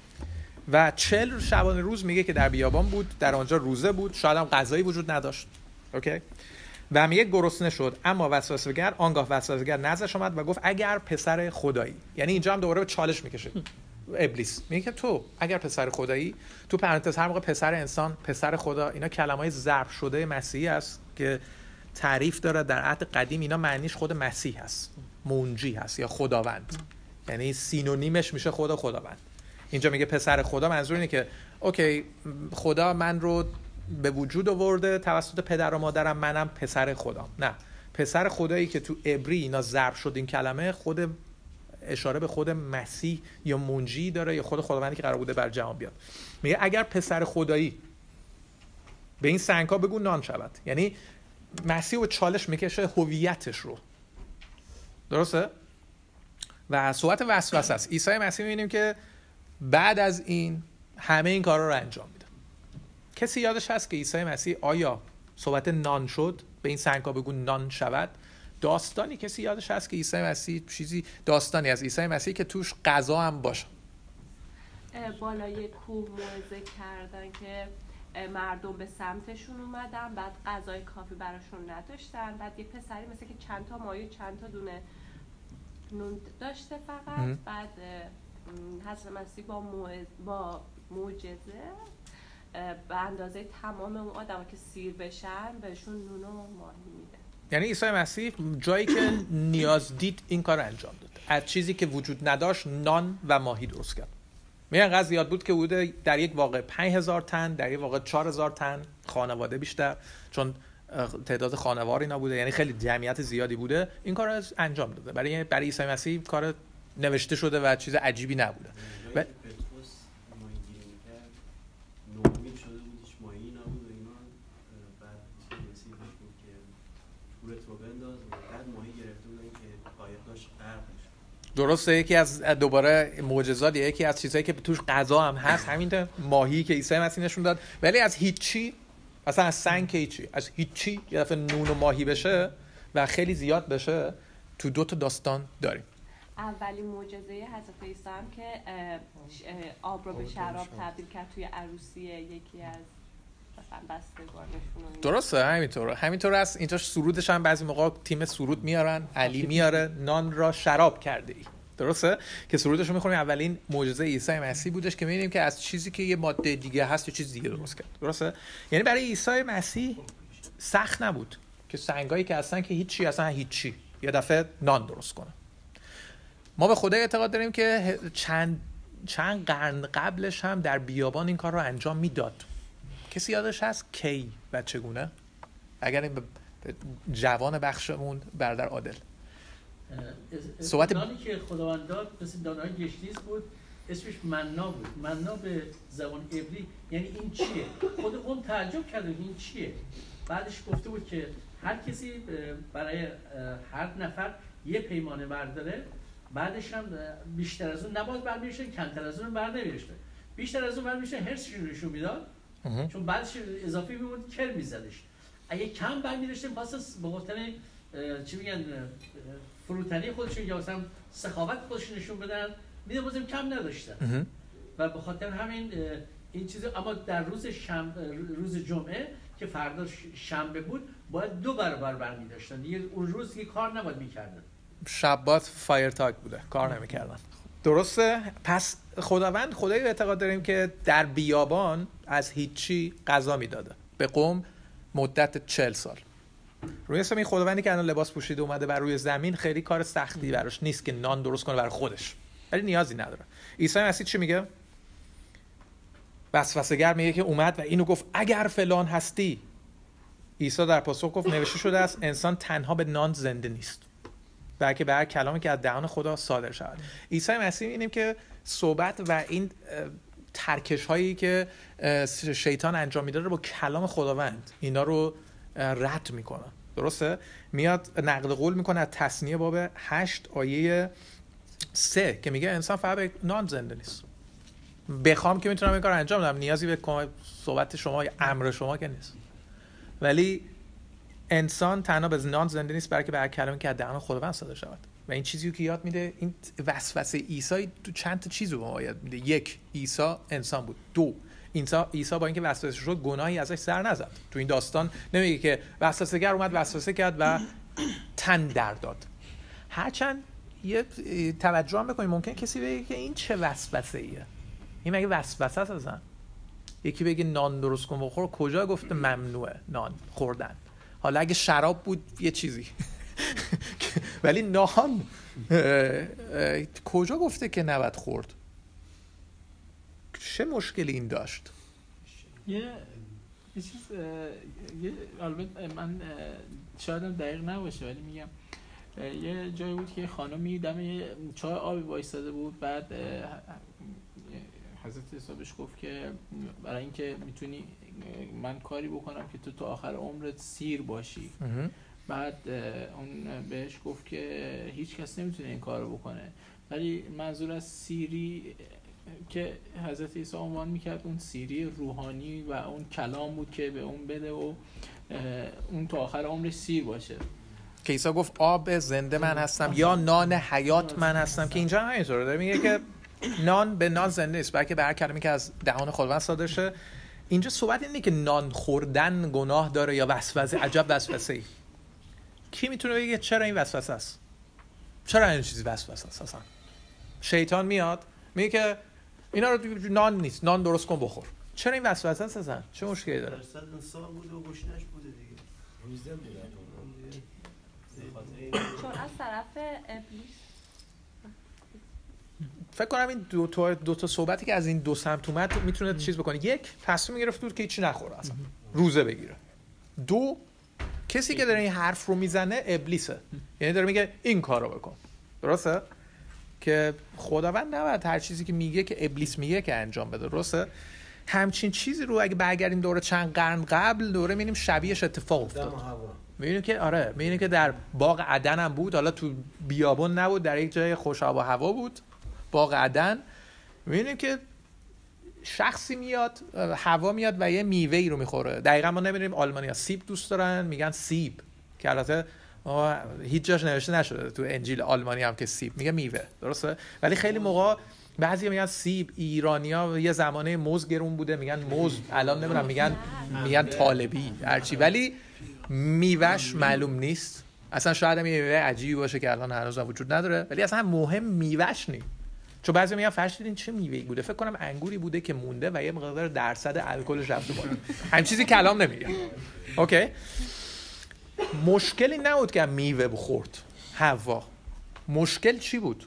و 40 شبانه روز میگه که در بیابان بود، در آنجا روزه بود، شاید هم غذایی وجود نداشت. اوکی؟ و میگه گرسنه شد، اما وسوسه‌گر آنگاه وسوسه‌گر نزدش آمد و گفت اگر پسر خدایی، یعنی اینجا هم دوباره به چالش میکشه ابلیس، میگه که تو اگر پسر خدایی، تو پرانتز هر موقع پسر انسان، پسر خدا، اینا کلمه‌های ضرب شده مسیحی است که تعریف داره در عهد قدیم، اینا معنیش خود مسیح هست، منجی هست یا خداوند، یعنی سینونیمش میشه خداوند. اینجا میگه پسر خدا، منظور اینه که اوکی خدا من رو به وجود آورده توسط پدر و مادرم، منم پسر خدام. نه، پسر خدایی که تو عبری اینا ضرب شد این کلمه خود اشاره به خود مسیح یا منجی داره یا خود خداوندی که قرار بوده بر جهان بیاد. میگه اگر پسر خدایی به این سنگ‌ها بگو نان شود، یعنی مسیح و چالش میکشه هویتش رو. درسته؟ و صحبت وسوسه است. عیسی مسیح می‌بینیم که بعد از این همه این کارا رو انجام میده. کسی یادش هست که عیسی مسیح آیا صحبت نان شد، به این سنگ‌ها بگو نان شود؟ داستانی کسی یادش هست که عیسی مسیح چیزی داستانی از عیسی مسیح که توش غذا هم باشه؟
بالای کوه موعظه کردن که مردم به سمتشون اومدن، بعد غذای کافی براشون نداشتن، بعد یه پسری مثل که چند تا مایه چند تا دونه نون داشته فقط، بعد حضرت مسیح با معجزه به اندازه تمام اون آدم که سیر بشن بهشون نون و ماهی میده.
یعنی عیسی مسیح جایی که نیاز دید این کار انجام داد، از چیزی که وجود نداشت نان و ماهی درست کرد. میگن انقدر زیاد بود که بوده در یک واقع 5000 تن، در یک واقع 4000 تن، خانواده بیشتر، چون تعداد خانوار اینا بوده، یعنی خیلی جمعیت زیادی بوده، این کار رو انجام داده. برای عیسی مسیح کار نوشته شده و چیز عجیبی نبوده.
پتروس ماهیگیری می‌کرد، نومید شده بودش، ماهی نبود و اینا، بعد مسیح بهش گفت که تورت رو بنداز و بعد ماهی گرفته بودن که قایق داشت غرق بشه.
درسته، یکی از دوباره معجزات، یکی از چیزایی که توش غذا هم هست همین ماهی که عیسی مسیح نشون داد. ولی از هیچی، اصلا از سنگ که هیچی، از هیچی یه دفعه نون و ماهی بشه و خیلی زیاد بشه، تو 2 تا داستان داریم.
اولین معجزه حضرت عیسی هم که آب رو به شراب تبدیل کرد توی عروسی یکی از مثلا بستگانشون.
درسته، همینطور است. اینجا سرودش هم بعضی موقع تیم سرود میارن، علی میاره نان را شراب کرده ای. درسته که سرودش رو میخونیم. اولین معجزه عیسی مسیح بودش که میبینیم که از چیزی که یه ماده دیگه هست یه چیز دیگه درست کرد. درسته، یعنی برای عیسی مسیح سخت نبود که سنگایی که اصلا که هیچی، اصلا هیچی، یه دفعه نان درست کنه. ما به خدا اعتقاد داریم که چند قرن قبلش هم در بیابان این کار رو انجام میداد. کسی یادش هست کی و چگونه؟ اگر این به جوان بخشمون برادر عادل
صحبت نانی که خداوند داد مثل دانه‌های گشنیز بود، اسمش منا بود. منا به زبان عبری یعنی این چیه؟ خود اون تعجب کرد این چیه؟ بعدش گفته بود که هر کسی برای هر نفر یه پیمانه برداره، بعدش هم بیشتر از اون نباید برمی‌داشته، کمتر از اون برنمی‌داشته. بیشتر از اون برمی‌داشته هرسشون نشون میداد، چون بعدش اضافی میموند کر میزدش. اگه کم برمی‌داشته واسه به گفتن چی میگن فروتنی خودشون یا مثلا سخاوت خودشون نشون بدن، میده بازم کم نداشتن. و به خاطر همین این چیزا. اما در روز جمعه که فردا شنبه بود باید 2 برابر برمی داشتن دیگه، اون روز دیگه کار نباید میکردن.
شبات فایر تاک بوده، کار نمیکردن. درسته؟ پس خداوند خدایی اعتقاد داریم که در بیابان از هیچی غذا میداده به قوم مدت 40 سال. روی اسم این خداوندی که الان لباس پوشیده اومده بر روی زمین خیلی کار سختی براش نیست که نان درست کنه برای خودش، ولی نیازی نداره. عیسی مسیح چی میگه؟ وسوسه‌گر میگه که اومد و اینو گفت اگر فلان هستی. عیسی در پاسخ گفت نوشته شده است انسان تنها به نان زنده نیست، بلکه به هر کلامی که از دهان خدا صادر شود. عیسی مسیح می‌بینیم که صحبت و این ترکش هایی که شیطان انجام میده رو با کلام خداوند اینا رو رد میکنه. درسته؟ میاد نقل قول میکنه از تثنیه باب 8 آیه 3 که میگه انسان فقط به نان زنده نیست. بخوام که میتونم این کار انجام بدم، نیازی به صحبت شما یا امر شما که نیست. ولی انسان تنها به نان زنده نیست بلکه به هر کلامی که از دهان خداوند صادر شود. و این چیزی که یاد میده، این وسوسه عیسی تو چند تا چیزو به ما یاد میده. 1 عیسی انسان بود. 2 عیسی با اینکه وسوسه شد گناهی ازش سر نزد. تو این داستان نمیگه که وسوسه‌گر اومد وسوسه کرد و تن در داد. هرچند یه توجه هم بکنید ممکن کسی بگه که این چه وسوسه‌ایه، این مگه وسوسه است اصلا؟ یکی بگه نان درست کن بخور، کجا گفته ممنوعه نان خوردن؟ حالا اگه شراب بود یه چیزی ولی نان کجا گفته که نباید خورد؟ چه مشکلی این داشت؟
یه چیز البته من شایدم دقیق نباشه ولی میگم یه جایی بود که خانمی دم چای آبی وایساده بود، بعد حضرت عیسی بهش گفت که برای اینکه میتونی من کاری بکنم که تو آخر عمرت سیر باشی. بعد اون بهش گفت که هیچ کس نمیتونه این کارو بکنه، ولی منظور از سیری که حضرت عیسی عنوان میکرد اون سیری روحانی و اون کلام بود که به اون بده و اون تا آخر عمرش سیر باشه.
که عیسی گفت آب زنده من هستم یا نان حیات من هستم، که اینجا همینطوره داره میگه که نان به نان زنده نیست بلکه به هر کلمه‌ای که از دهان خداوند صادر شه. اینجا صحبت اینه که نان خوردن گناه داره یا وسوسه. عجب وسوسه‌ای. کی میتونه بگه چرا این وسوسه است؟ چرا این چیزی وسوسه است اصلا؟ شیطان میاد میگه که اینا رو نان نیست، نان درست کن بخور. چرا این وسوسه است اصلا؟ چه مشکلی داره؟
درصد انسان بوده و گشنش بوده دیگه.
روزه بوده.
چون از طرف ابلیس
فکر کنم این دو تا صحبتی که از این دو سمت اومد میتونه چیز بکنه. 1 تصمیم گرفت بود که هیچی نخوره اصلا، روزه بگیره. 2 کسی که داره این حرف رو میزنه ابلیسه، یعنی داره میگه این کارو بکن. درسته؟ که خداوند نباید هر چیزی که میگه که ابلیس میگه که انجام بده. درسته؟ همچین چیزی رو اگه برگردیم دوره چند قرن قبل دوره میبینیم شبیهش اتفاق افتاد. میبینیم که آره، میبینیم که در باغ عدن هم بود، حالا تو بیابون نبود، در یک جای خوش آب و هوا بود، باغ عدن. میبینیم که شخصی میاد، هوا میاد و یه میوه‌ای رو میخوره. دقیقاً ما نمی‌دونیم آلمانی‌ها سیب دوست دارن میگن سیب، که البته هیچ جاش نوشته نشده تو انجیل آلمانی هم که سیب، میگه میوه. درسته؟ ولی خیلی موقع بعضیا میگن سیب. ایرانی‌ها یه زمانه موز گرون بوده میگن موز، الان نمیدونم میگن طالبی هرچی، ولی میوهش معلوم نیست. اصلا شاید هم یه میوه عجیبی باشه که الان هنوز وجود نداره، ولی اصلا مهم میوهش نیست. چون بعضی میگن فرض دیدین چه میوه‌ای بوده، فکر کنم انگوری بوده که مونده و یه مقدار درصد الکلش رفته بالا. همین چیزی کلام نمیگه. اوکی؟ مشکلی نبود که میوه بخورد حوا. مشکل چی بود؟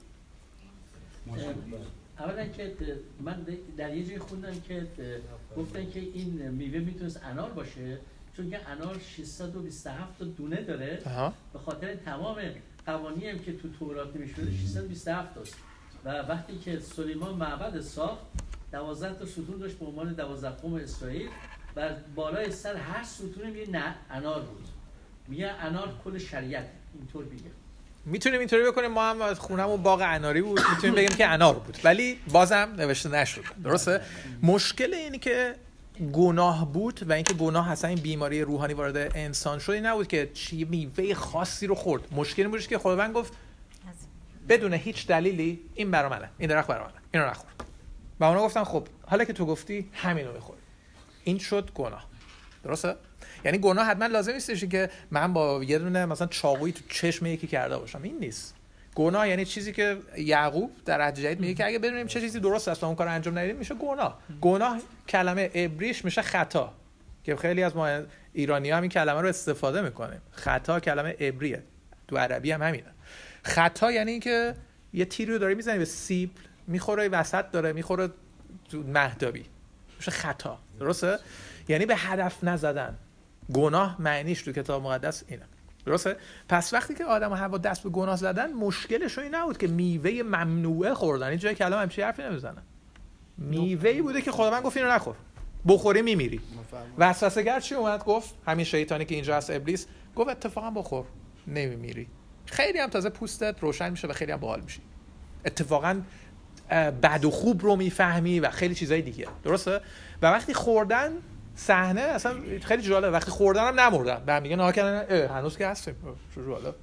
اولا که من در یه جای خوندم که گفتن که این میوه میتونست انار باشه، چون که انار 627 تا دونه داره. به خاطر تمام قوانینی هم که تو تورات نوشته شده 627 تاست. و وقتی که سلیمان معبد ساخت 12 تا ستون داشت به عنوان 12 قوم اسرائیل و بالای سر هر ستون یه انار بود. میگه انار کل شریعت، اینطور میگه.
میتونیم اینطوری بکنیم ما هم خونمون باغ اناری بود، میتونیم بگیم که انار بود، ولی بازم نوشته نشد. درسته؟ مشکل اینه که گناه بود و اینکه گناه اصلا این بیماری روحانی وارد انسان شد این نبود که چی میوه خاصی رو خورد. مشکل بودش که خداوند گفت بدون هیچ دلیلی این برا منه، این درخت برا منه، اینو نخور. و اونا گفتن خب حالا که تو گفتی همینو بخور. این شد گناه. درسته؟ یعنی گناه حتما لازم نیستش که من با یه دونه مثلا چاقویی تو چشم یکی کرده باشم، این نیست. گناه یعنی چیزی که یعقوب در عهد جدید میگه که اگه بدونیم چه چیزی درست است و اون کارو انجام ندیم میشه گناه. گناه کلمه عبریش میشه خطا، که خیلی از ما ایرانی‌ها هم این کلمه رو استفاده میکنیم. خطا کلمه عبریه، تو عربی هم همینه. خطا یعنی اینکه یه تیری رو داری میزنی به سیب، میخوره وسط داره میخوره تو مهدابی، میشه خطا. درسته؟ یعنی به هدف نزدن. گناه معنیش تو کتاب مقدس اینه. درسته؟ پس وقتی که آدم و حوا دست به گناه زدن، مشکلشون این نبود که میوه ممنوعه خوردن. این جای کلام همچین حرفی نمیزنن. میوه‌ای بوده که خداوند گفت اینو نخور، بخوری میمیری. وسوسه‌گر چی اومد گفت؟ همین شیطانی که اینجا هست، ابلیس گفت اتفاقا بخور نمیمیری. خیلی هم تازه پوستت روشن میشه و خیلی هم باحال میشی. اتفاقا بد و خوب رو میفهمی و خیلی چیزای دیگه. درسته؟ و وقتی خوردن صحنه اصلا خیلی جالبه. وقتی خوردن هم نمردن، به هم میگن کردن هنوز که هستیم. چه جالب.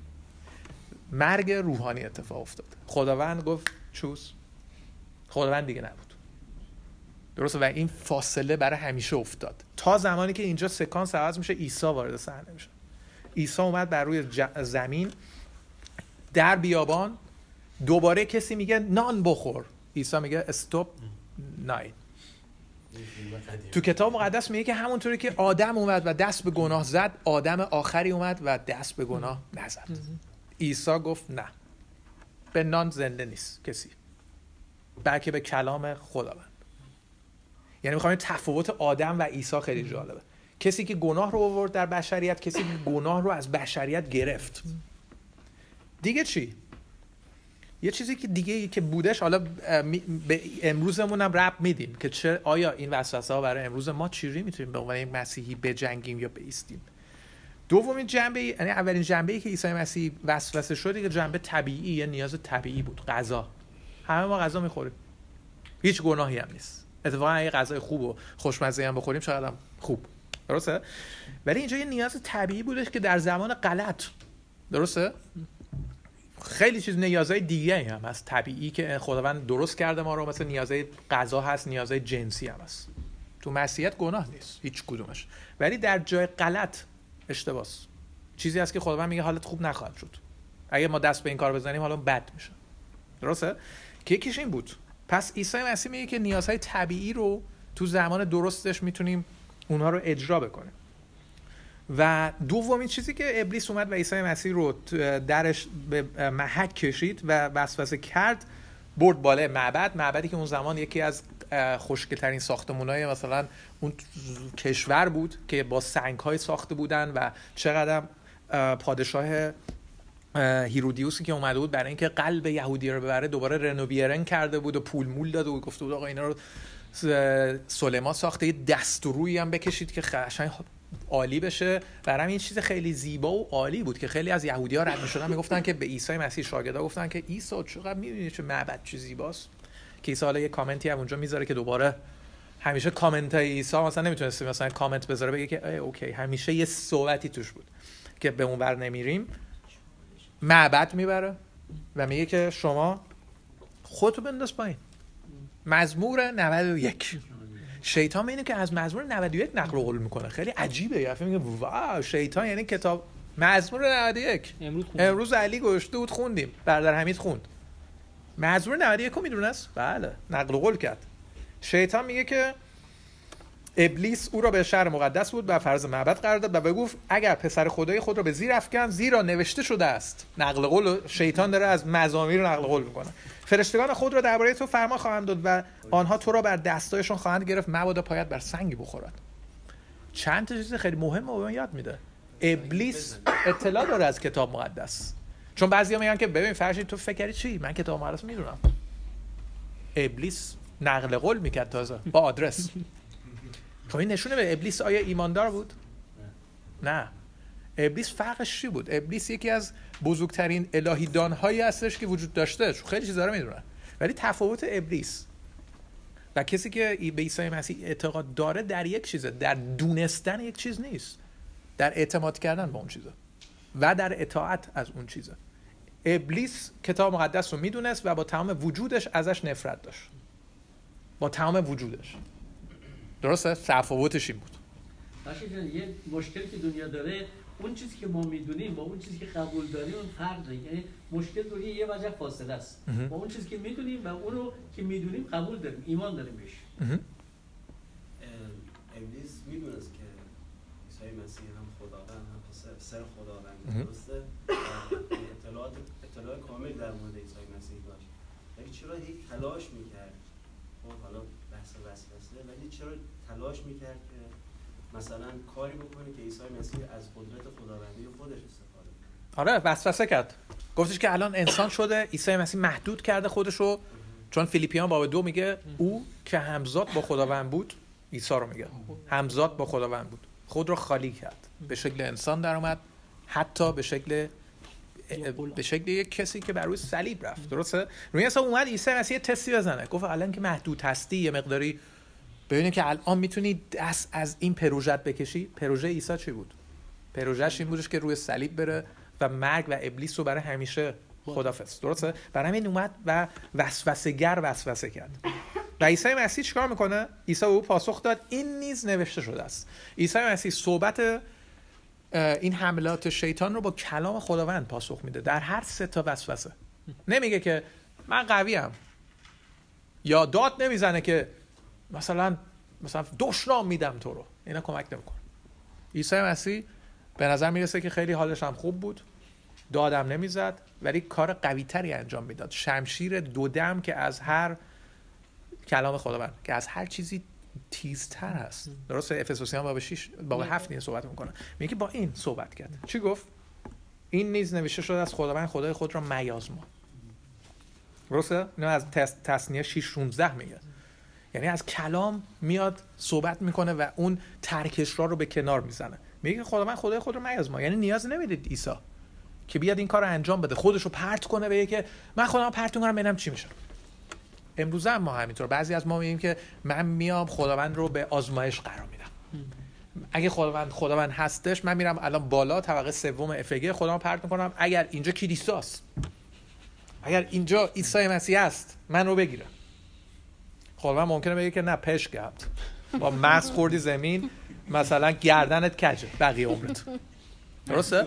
مرگ روحانی اتفاق افتاد. خداوند گفت چوس. خداوند دیگه نبود. درسته؟ و این فاصله برای همیشه افتاد تا زمانی که اینجا سکانس عوض میشه، عیسی وارد صحنه میشه. عیسی اومد بر روی زمین در بیابان. دوباره کسی میگه نان بخور، عیسی میگه استاپ ناین. تو کتاب مقدس میگه که همونطوری که آدم اومد و دست به گناه زد، آدم آخری اومد و دست به گناه نزد. عیسی گفت نه، به نان زنده نیست کسی، بلکه به کلام خداوند. یعنی میخوام تفاوت آدم و عیسی خیلی جالبه. کسی که گناه رو آورد در بشریت، کسی که گناه رو از بشریت گرفت. دیگه چی؟ یه چیزی که دیگه که بودش، حالا به امروزمون هم ربط میدیم که آیا این وسوسه ها برای امروز ما چجوری میتونیم به عنوان یک مسیحی بجنگیم یا بایستیم. دومین جنبه، یعنی اولین جنبه‌ای که عیسی مسیح وسوسه شد، که جنبه طبیعی، یه نیاز طبیعی بود، غذا. همه ما غذا میخوریم، هیچ گناهی هم نیست. اتفاقا اگه غذای خوب و خوشمزه هم بخوریم چقدر هم خوب. درسته؟ ولی اینجا یه نیاز طبیعی بودش که در زمان غلط، درسته؟ خیلی چیز نیازهای دیگه هم هست طبیعی که خداوند درست کرده ما رو، مثل نیازهای غذا هست، نیازهای جنسی هم هست. تو مسیحیت گناه نیست هیچ کدومش، ولی در جای غلط اشتباهه. چیزی هست که خداوند میگه حالت خوب نخواهد شد اگه ما دست به این کار بزنیم، حالا بد میشه. درسته؟ که یکیش این بود. پس عیسی مسیح میگه که نیازهای طبیعی رو تو زمان درستش میتونیم اونها رو اجرا بکنیم. و دومین چیزی که ابلیس اومد و عیسی مسیح رو درش به محک کشید و وسوسه کرد، برد بالای معبدی که اون زمان یکی از خوشگل‌ترین ساختمان‌های مثلا اون کشور بود که با سنگ‌های ساخته بودن و چقدر پادشاه هیرودیوسی که اومده بود برای اینکه قلب یهودی رو ببره دوباره رنوویرن کرده بود و پول مول داده بود، گفته بود آقا اینا رو سلیمان ساخته، یه دست و رویی هم بکشید که قشنگ عالی بشه. برام این چیز خیلی زیبا و عالی بود که خیلی از یهودی‌ها رد می‌شدن میگفتن که به عیسی مسیح شاگردا گفتن که عیسی چقدر می‌بینی چه معبد چه زیباست، که عیسی حالا یه کامنتی هم اونجا میذاره که دوباره همیشه کامنتای عیسی مثلا نمیتونست مثلا کامنت بذاره بگه که اوکی، همیشه یه صحبتی توش بود که به اون ور نمیریم. معبد میبره و میگه که شما خودتو بنداز پایین. مزمور 91. شیطان اینه که از مزمور 91 نقل قول میکنه، خیلی عجیبه. یعنی میگه واو شیطان یعنی کتاب مزمور 91 امروز علی گشته بود خوندیم، برادر حمید خوند. مزمور 91 رو میدونست؟ بله، نقل قول کرد. شیطان میگه که ابلیس او را به شهر مقدس بود و فرض معبد قرار داد و گفت اگر پسر خدای خود را به زیر افکن، زیرا نوشته شده است. نقل قول شیطان داره از مزامیر نقل قول میکنه. فرشتگان خود را درباره تو فرمان خواهند داد و آنها تو را بر دستایشون خواهند گرفت، مبادا پایت بر سنگی بخورد. چند تا چیز خیلی مهمه به من یاد میده. ابلیس اطلاع داره از کتاب مقدس، چون بعضیا میگن که ببین فرشید تو فکری چی، من کتاب مقدس میدونم. ابلیس نقل قول میکرد تازه با آدرس. خب این نشونه به ابلیس آیا ایماندار بود؟ نه. ابلیس فرقش چی بود؟ ابلیس یکی از بزرگترین الهی دانهایی هستش که وجود داشته، چون خیلی چیزا رو میدونه. ولی تفاوت ابلیس و کسی که به عیسی مسیح اعتقاد داره در یک چیزه، در دونستن یک چیز نیست، در اعتماد کردن به اون چیزه و در اطاعت از اون چیزه. ابلیس کتاب مقدس رو میدونست و با تمام وجودش ازش نفرت داشت، با تمام وجودش. درسته؟ تفاوتش این بود.
یه مشکلی که دنیا داره، اون چیزی که ما میدونیم با اون چیزی که قبول داریم اون فرق داره. یعنی مشکل روی یه وجه فاصله است. با اون چیزی که میدونیم و اون رو که میدونیم قبول داریم، ایمان داریم بهش.
ابلیس میدونست که عیسی مسیح هم خداوند هم پسر خداوند، درسته؟ اطلاع کامل در مورد عیسی مسیح داشت. ولی چرا هیچ تلاش میکرد؟ خب حالا بحث وسوسه، ولی چرا تلاش میکرد که مثلا کاری بکنه که عیسی مسیح از قدرت خداوندی خودش استفاده کنه؟
آره وسوسه کرد. گفتش که الان انسان شده، عیسی مسیح محدود کرده خودشو، چون فیلیپیان باب 2 میگه او که همزاد با خداوند بود، عیسی رو میگه همزاد با خداوند بود، خود رو خالی کرد، به شکل انسان در اومد، حتی به شکل یک کسی که بر روی صلیب رفت. درسته؟ روی اصلا اومد عیسی مسیح تستی بزنه، گفت الان که محدود هستی یه مقداری ببینید که الان میتونی دست از این پروژت بکشی. پروژه عیسی چی بود؟ پروژهش این بودش که روی صلیب بره و مرگ و ابلیس رو برای همیشه خدافظ. درسته؟ برای همین اومد و وسوسه کرد. و عیسی مسیح چیکار میکنه؟ عیسی به او پاسخ داد این نیز نوشته شده است. عیسی مسیح صحبت این حملات شیطان رو با کلام خداوند پاسخ میده در هر 3 تا وسوسه. نمیگه که من قویم، یا داد نمیزنه که مثلا دشنام میدم تو رو. اینا کمک نمیکنه. عیسی مسیح به نظر میرسه که خیلی حالش هم خوب بود، دادم نمیزد، ولی کار قوی تری انجام میداد. شمشیر 2 دم که از هر کلام خداوند، که از هر چیزی تیزتر هست. درسته؟ افسوسیان باب 6 باب 7 صحبت میکنه، میگه با این صحبت کرد. چی گفت؟ این نیز نوشته شده از خداوند خدای خود را میازما. درسته؟ اینو از تثنیه 6:16 میگه. یعنی از کلام میاد صحبت میکنه و اون ترکشرا رو به کنار میزنه. میگه خداوند خدای خود رو میازما، یعنی نیاز نمیدید عیسی که بیاد این کار رو انجام بده، خودش رو پرت کنه، بگه که من خودم پرت کنم ببینم چی میشه. امروز هم ما همینطور بعضی از ما میگیم که من میام خداوند رو به آزمایش قرار میدم. اگه خداوند هستش، من میرم الان بالا طبقه 3 افگ خودم پرت میکنم. اگر اینجا کلیساست، اگر اینجا عیسی مسیح است، من رو بگیره. خداوند ممکنه بگه که نه، پشت گرفت، با مغز خوردی زمین، مثلا گردنت کجه بقیه عمرت. درسته؟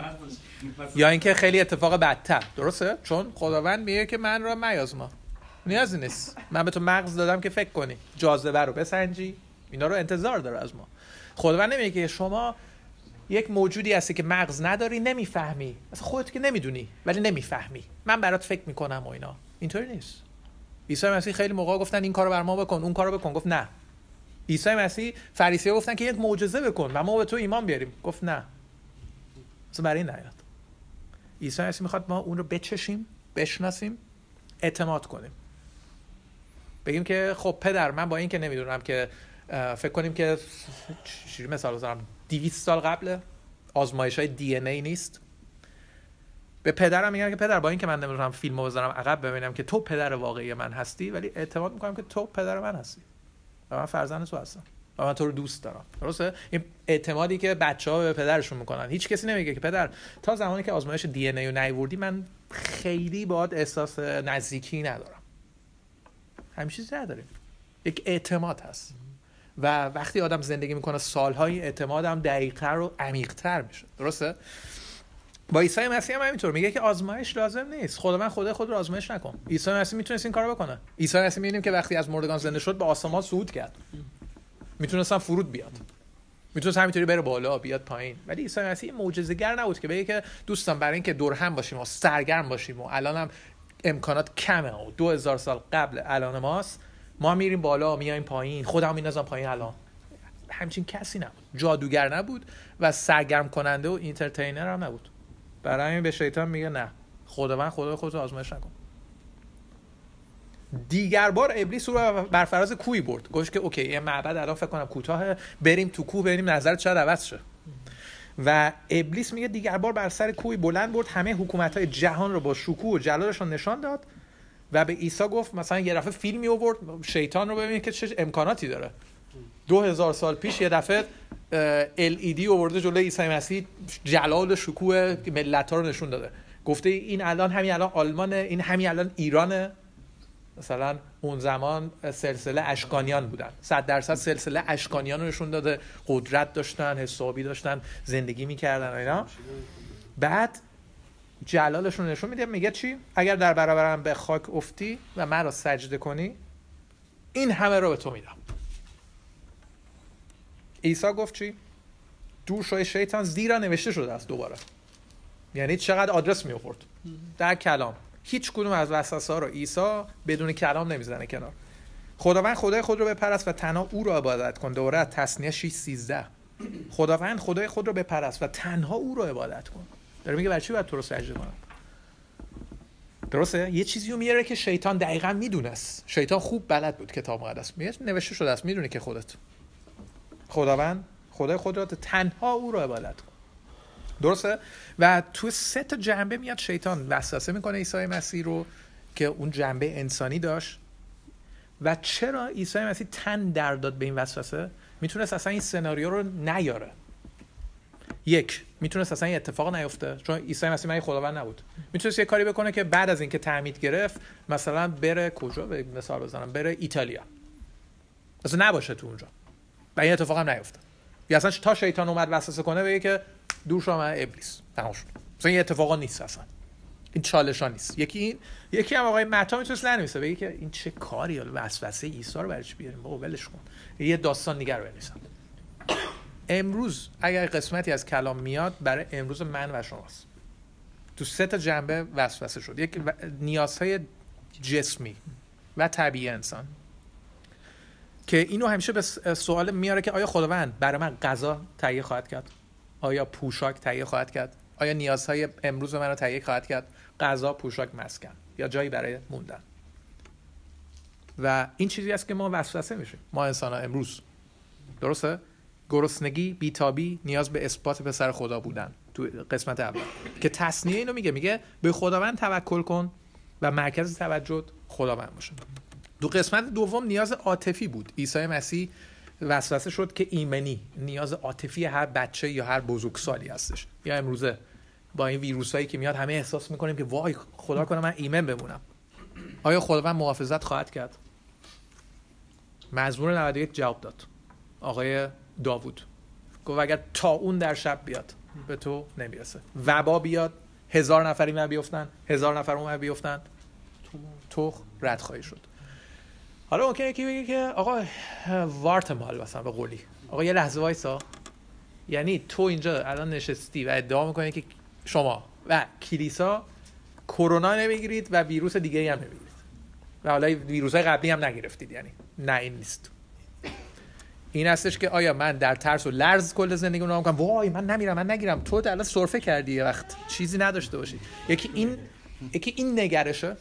یا اینکه خیلی اتفاق بدتر. درسته؟ چون خداوند میگه که من رو میازما، نیازی نیست، من به تو مغز دادم که فکر کنی، جاذبه رو بسنجی، اینا رو انتظار داره از ما. خداوند نمیگه که شما یک موجودی هستی که مغز نداری، نمیفهمی، مثلا خودت که نمیدونی ولی نمیفهمی، من برات فکر میکنم و اینا. اینطوری نیست. عیسی مسیح خیلی موقع گفتن این کارو بر ما بکن، اون کارو بکن، گفت نه. عیسی مسیح فریسی‌ها گفتن که یک معجزه بکن و ما به تو ایمان بیاریم، گفت نه، مثلا برای این نیاد. عیسی مسیح میخواد ما اون رو بچشیم، بشناسیم، اعتماد کنیم، بگیم که خب پدر، من با این که نمیدونم که فکر کنیم که چیزی مثال بزنم 200 سال قبل آزمایش‌های دی ان ای نیست، به پدرم میگم که پدر، با این که من نمیدونم فیلمو بذارم عقب ببینم که تو پدر واقعی من هستی، ولی اعتماد میکنم که تو پدر من هستی و من فرزند تو هستم و من تو رو دوست دارم. درسته؟ این اعتمادی که بچه‌ها به پدرشون میکنن. هیچ کسی نمیگه که پدر، تا زمانی که آزمایش دی ان ای رو نیوردی من خیلی باهات احساس نزدیکی ندارم. همین چیزی نداریم. یک اعتماد هست و وقتی آدم زندگی میکنه سالهای، اعتماد هم دقیق‌تر و عمیق‌تر میشه. درسته؟ با عیسی مسیح هم همینطور میگه که آزمایش لازم نیست. خداوند خدای خود رو آزمایش نکن. عیسی مسیح میتونست این کارو بکنه. عیسی مسیح میبینیم که وقتی از مردگان زنده شد به آسمان صعود کرد. میتونست هم فرود بیاد. میتونست همینطوری بره بالا بیاد پایین. ولی عیسی مسیح معجزه‌گر نبود که بگه که دوستان برای اینکه دور هم باشیم و سرگرم باشیم و الانم امکانات کمه و 2000 سال قبل الان ماست، ما میریم بالا میایم پایین، خودم میندازم پایین. الان همچین کسی نبود. جادوگر نبود و سرگرم کننده و اینترتینر هم نبود. برای همین به شیطان میگه نه، خداوند خدای خودت رو آزمایش نکن. دیگر بار ابلیس رو بر فراز کوی برد، گفت که اوکی این معبد الان فکر کنم کوتاه، بریم تو کوه، بریم نظرت شاید عوض شه. و ابلیس میگه دیگر بار بر سر کوی بلند برد، همه حکومت‌های جهان رو با شکوه و جلالشون نشان داد و به عیسی گفت مثلا یه دفعه فیلمی آورد شیطان رو ببینید که چه امکاناتی داره. 2000 سال پیش یه دفعه LED آورده جلوی عیسی مسیح، جلال و شکوه ملت‌ها رو نشون داده. گفته این الان همین الان آلمانه، این همین الان ایرانه. مثلا اون زمان سلسله اشکانیان بودن، 100% سلسله اشکانیان رو نشون داده، قدرت داشتن، حسابی داشتن، زندگی میکردن و اینا. بعد جلالشون رو نشون میده، میگه چی؟ اگر در برابرم به خاک افتی و من را سجده کنی این همه رو به تو میدم. عیسی گفت چی؟ دور شوی شیطان زیرا نوشته شده است. دوباره یعنی چقدر آدرس می آورد در کلام. هیچ کدوم از وسوسه ها رو عیسی بدون کلام نمیزنه کنار. خداوند خدای خود رو بپرست و تنها او رو عبادت کن. دوباره تثنیه 6:13 خداوند خدای خود رو بپرست و تنها او رو عبادت کن. داره میگه برای چی باید تو رو سجده کنم؟ درسته؟ یه چیزی رو میاره که شیطان دقیقاً میدونست. شیطان خوب بلد بود کتاب مقدس نوشته شده است، میدونی که خودت خداوند خدای خود را تنها او رو عبادت کن. درسته؟ و تو 3 تا جنبه میاد شیطان وسوسه میکنه عیسی مسیح رو که اون جنبه انسانی داشت. و چرا عیسی مسیح تن در داد به این وسوسه؟ میتونست اصلا این سناریو رو نیاره. یک، میتونست اصلا این اتفاق نیفته چون عیسی مسیح مگه خداوند نبود. میتونست یه کاری بکنه که بعد از اینکه تعمید گرفت مثلا بره کجا، به مثال بزنم بره ایتالیا، اصلا نباشه تو اونجا و این اتفاق هم نیفته. یا اصلا تا شیطان اومد وسوسه کنه بگه که دور شو من ابلیس، تمام شد. اصلا این اتفاقا نیست، اصلا این چالشا نیست. یکی هم آقای متی میتونست ننویسه بگه که این چه کاری وسوسه عیسی رو برای چی بیاریم، بابا ولش کن، یه داستان دیگه رو بنویسن. امروز اگر قسمتی از کلام میاد برای امروز من و شماست. تو 3 تا جنبه وسوسه شد. یک، نیازهای جسمی و طبیعی انسان که اینو همیشه به سوال میاره که آیا خداوند برای من غذا تهیه خواهد کرد؟ آیا پوشاک تهیه خواهد کرد؟ آیا نیازهای امروز من رو تهیه خواهد کرد؟ غذا، پوشاک، مسکن یا جایی برای موندن. و این چیزی است که ما وسوسه میشیم، ما انسان ها امروز. درسته؟ گرسنگی، بیتابی، نیاز به اثبات پسر خدا بودن تو قسمت اول که تثنیه اینو میگه به خداوند توکل کن و مرکز توجه خداوند باشه. تو قسمت دوم نیاز عاطفی بود. عیسی مسیح وسوسه شد که ایمنی، نیاز عاطفی هر بچه یا هر بزرگسالی هستش. یا امروزه با این ویروسایی که میاد همه احساس میکنیم که وای خدا کنه من ایمن بمونم. آیا خداوند محافظت خواهد کرد؟ مزمور 91 جواب داد. آقای داوود گفت اگر طاعون در شب بیاد به تو نمیرسه، وبا بیاد 1000 نفری من بیفتن، 1000 نفر اون بیفتن، تو رد خواهی شد. حالا ممکنه یکی بگه که آقا وارتمال مثلا به قولی، آقا یه لحظه وایسا، یعنی تو اینجا الان نشستی و ادعا میکنی که شما و کلیسا کرونا نمیگیرید و ویروس دیگه ای هم نمیگیرید و حالا ویروسای قبلی هم نگرفتید؟ یعنی نه، این نیست. این هستش که آیا من در ترس و لرز کل زندگی رو میکنم، وای من نمیرم. تو الان سرفه کردی یه وقت چیزی نداشته باشی. یکی این نگرشه.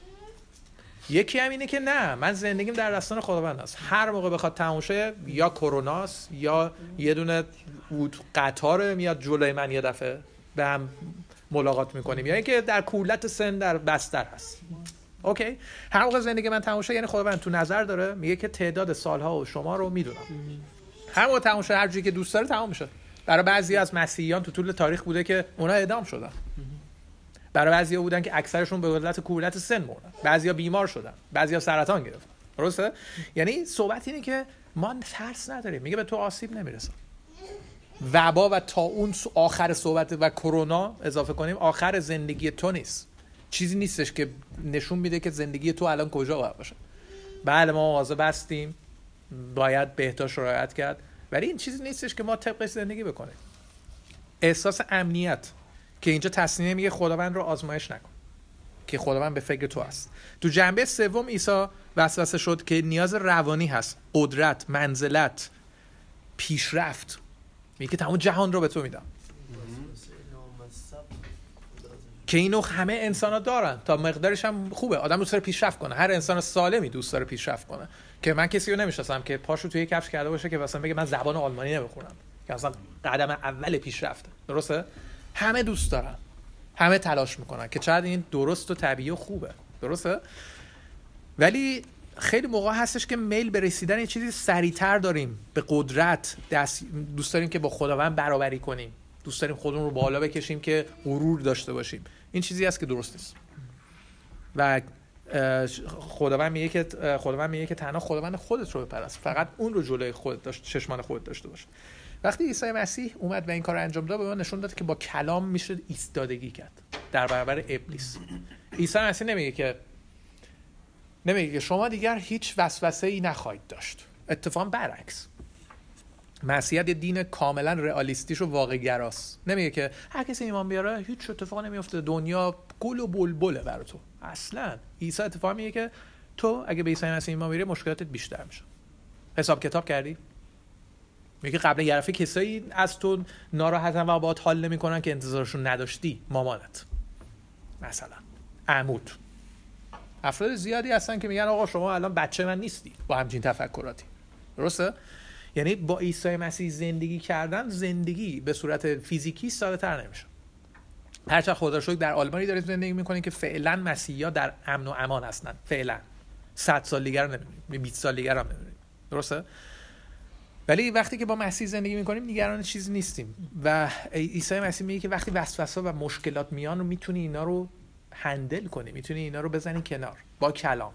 یکی هم اینه که نه، من زندگیم در دستان خداوند است. هر موقع بخواد تموم شه یا کروناست یا یه دونه قطار میاد جلوی من یه دفعه به هم ملاقات میکنیم، یا اینکه در کولت سن در بستر هست. اوکی، هر موقع زندگی من تموم شه یعنی خداوند تو نظر داره، میگه که تعداد سالها و شما رو میدونم. هر موقع تموم شه هر جوری که دوست داره تموم میشه. برای بعضی از مسیحیان تو طول تاریخ بوده که اونا اعدام شدن. برای بعضیا بودن که اکثرشون به علت کولت سن مردن. بعضیا بیمار شدن، بعضیا سرطان گرفتن. درسته؟ یعنی صحبت اینه که ما ترس نداریم. میگه به تو آسیب نمیرسه. وبا و طاعون آخر صحبت و کرونا اضافه کنیم آخر زندگی تو نیست. چیزی نیستش که نشون میده که زندگی تو الان کجا باید باشه. بله ما مواظب هستیم، باید بهداشت رعایت کرد، ولی این چیزی نیستش که ما طبقش زندگی بکنیم. احساس امنیت که اینجا تصنیه میگه خداوند رو آزمایش نکن، که خداوند به فکر تو است. تو جنبه سوم عیسی وسوسه شد که نیاز روانی هست، قدرت، منزلت، پیشرفت. میگه تمام جهان رو به تو میدم، که اینو همه انسان ها دارن، تا مقدارش هم خوبه. آدم دوست داره پیشرفت کنه، هر انسان سالمی دوست داره پیشرفت کنه. که من کسی رو نمیشناسم که پاشو توی کفش کرده باشه که مثلا بگه من زبان آلمانی نمیخونم، که مثلا قدم اول پیشرفته. درسته؟ همه دوست دارن، همه تلاش میکنن، که چقدر این درست و طبیعی و خوبه. درسته؟ ولی خیلی موقع هستش که میل به رسیدن یه چیزی سریعتر داریم، به قدرت دوست داریم که با خداوند برابری کنیم، دوست داریم خودمون رو بالا بکشیم که غرور داشته باشیم. این چیزی است که درست نیست. و خداوند میگه که تنها خداوند خودت رو بپرست، فقط اون رو جلوی خودت چشمان خودت داشته باش. وقتی عیسی مسیح اومد و این کار رو انجام داد، به ما نشون داد که با کلام میشه ایستادگی کرد در برابر ابلیس. عیسی مسیح نمیگه که شما دیگر هیچ وسوسه‌ای نخواهید داشت. اتفاقا برعکس، مسیحیت یه دین کاملا رئالیستیش و واقع‌گراست. نمیگه که هر کسی ایمان بیاره هیچ اتفاقی نمیفته، دنیا گل و بلبله برای تو. اصلا عیسی اتفاقا میگه که تو اگه به عیسی مسیح ایمان بیاری مشکلاتت بیشتر میشه. حساب کتاب کردی؟ میگه قبل یه دفعه کسایی از تو ناراحتن و باهات حال نمیکنن که انتظارشون نداشتی. مامانت مثلا، عموت، افراد زیادی هستن که میگن آقا شما الان بچه من نیستی با همچین تفکراتی. درسته؟ یعنی با عیسی مسیح زندگی کردن، زندگی به صورت فیزیکی ساده تر نمیشه. هرچند خدا رو شکر در آلمانی داریم زندگی میکنیم که فعلا مسیحا در امن و امان هستن. فعلا 100 سال دیگر رو نمیدونیم، 20 سال دیگر هم نمیدونیم. درسته؟ ولی وقتی که با مسیح زندگی میکنیم نگران چیزی نیستیم و عیسی مسیح میگه که وقتی وسوسه و مشکلات میان رو میتونی اینا رو هندل کنی، میتونی اینا رو بزنی کنار با کلام.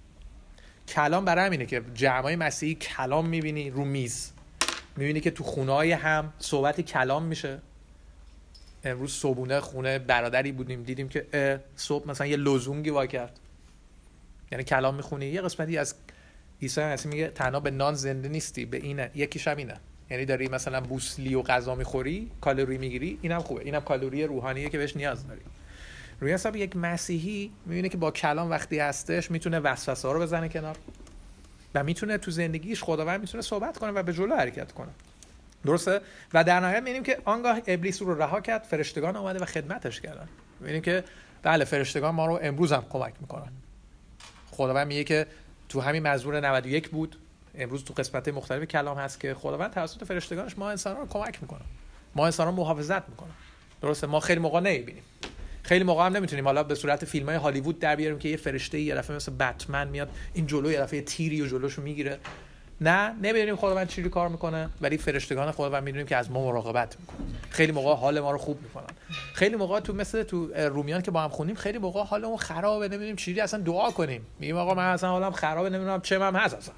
کلام برای همینه که جمعای مسیحی کلام میبینی رو میز، میبینی که تو خونه‌های هم صحبت کلام میشه. امروز صبحونه خونه برادری بودیم، دیدیم که صبح مثلا یه لزومگی وا کرد، یعنی کلام میخونی. یه قسمتی از عیسی مسیح میگه تنها به نان زنده نیستی، به اینه، یکیش هم اینه، یعنی داری مثلا بوسلی و غذا میخوری، کالری میگیری، اینم خوبه، اینم کالری روحانیه که بهش نیاز داری. روی حساب یک مسیحی میبینه که با کلام وقتی هستش میتونه وسوسه ها رو بزنه کنار و میتونه تو زندگیش خداوند میتونه صحبت کنه و به جلو حرکت کنه. درسته؟ و در نهایت میبینیم که آنگاه ابلیس رو رها کرد، فرشتگان اومده و خدمتش کردن. میبینیم که بله، فرشتگان ما رو امروز هم کمک میکنن. خداوند میگه که تو همین مزمور 91 بود، امروز تو قسمت مختلف کلام هست که خداوند توسط فرشتگانش ما انسان‌ها رو کمک میکنه، ما انسان‌ها رو محافظت میکنه. درسته؟ ما خیلی موقع نمیبینیم، خیلی موقع هم نمیتونیم حالا به صورت فیلم‌های هالیوود در بیاریم که یه فرشته یه دفعه مثل بتمن میاد این جلو، یه دفعه تیری و جلوشو میگیره. نه، نمیدونیم خداوند چی کار میکنه، ولی فرشتگان خداوند میدونیم که از ما مراقبت میکنه. خیلی موقع حال ما رو خوب میکنن. خیلی موقع تو رومیان که با هم خونیم، خیلی موقع حالمون خرابه، نمیدونیم چجوری اصلا دعا کنیم. میگیم آقا من اصلا حالم خرابه، نمیدونم چه من هست، اصلا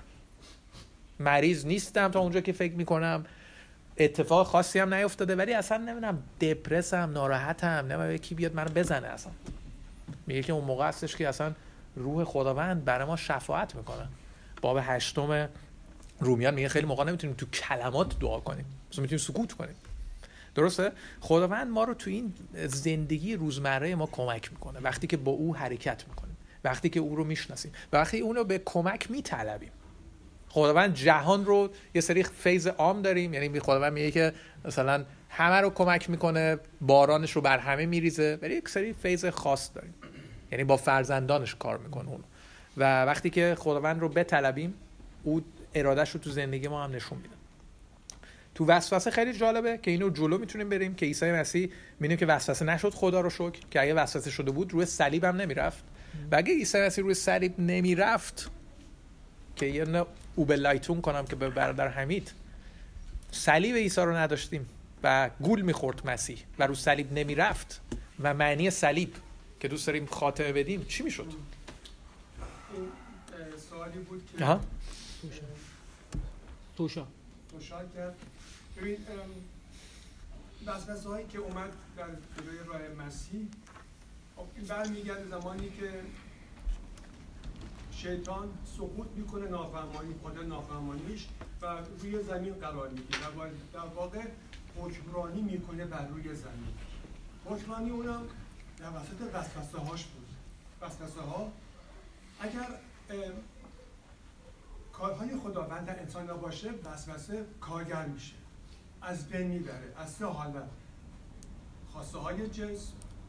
مریض نیستم تا اونجا که فکر میکنم، اتفاق خاصی هم نیفتاده، ولی اصلا نمیدونم دپرسم، ناراحتم، نمیدونم یکی بیاد منو بزنه. اصلا میگه که اون موقع هستش که اصلا روح خداوند برای ما شفاعت میکنه. باب 8 رومیان میگه خیلی موقع نمیتونیم تو کلمات دعا کنیم، مثلا میتونیم سکوت کنیم. درسته؟ خداوند ما رو تو این زندگی روزمره ما کمک میکنه وقتی که با او حرکت میکنیم، وقتی که او رو میشناسیم، وقتی اون رو به کمک میطلبیم. خداوند جهان رو یه سری فیض عام داریم، یعنی خداوند میگه که مثلا همه رو کمک میکنه، بارانش رو بر همه میریزه، ولی یک سری فیض خاص داریم، یعنی با فرزندانش کار میکنه اون. و وقتی که خداوند رو بطلبیم، او ارادهش رو تو زندگی ما هم نشون میده. تو وسوسه خیلی جالبه که اینو جلو میتونیم بریم که عیسی مسیح میبینیم که وسوسه نشد، خدا رو شکر، که اگه وسوسه شده بود روی صلیب هم نمیرفت. و اگه عیسی مسیح روی صلیب نمیرفت، که یه نه اوبلایتون کنم که به برادر حمید، صلیب عیسی رو نداشتیم و گول میخورد مسیح و رو صلیب نمیرفت و معنی صلیب که دوست داریم خاتمه بدیم چی میشد؟
سوالی بود که
توشا
کرد. ببین وسوسه هایی که اومد در جلوی راه مسیح برمیگرده زمانی که شیطان سقوط میکنه، نافرمانی خدا نافرمانیش و روی زمین قرار میگیره و در واقع حکمرانی میکنه بر روی زمین. حکمرانی اونم در وسط وسوسه هاش بود. وسوسه ها اگر کارهای خداوند در انسان نباشه، وسوسه کارگر میشه، از بین میبره از سه حالت: خواسته های جنس،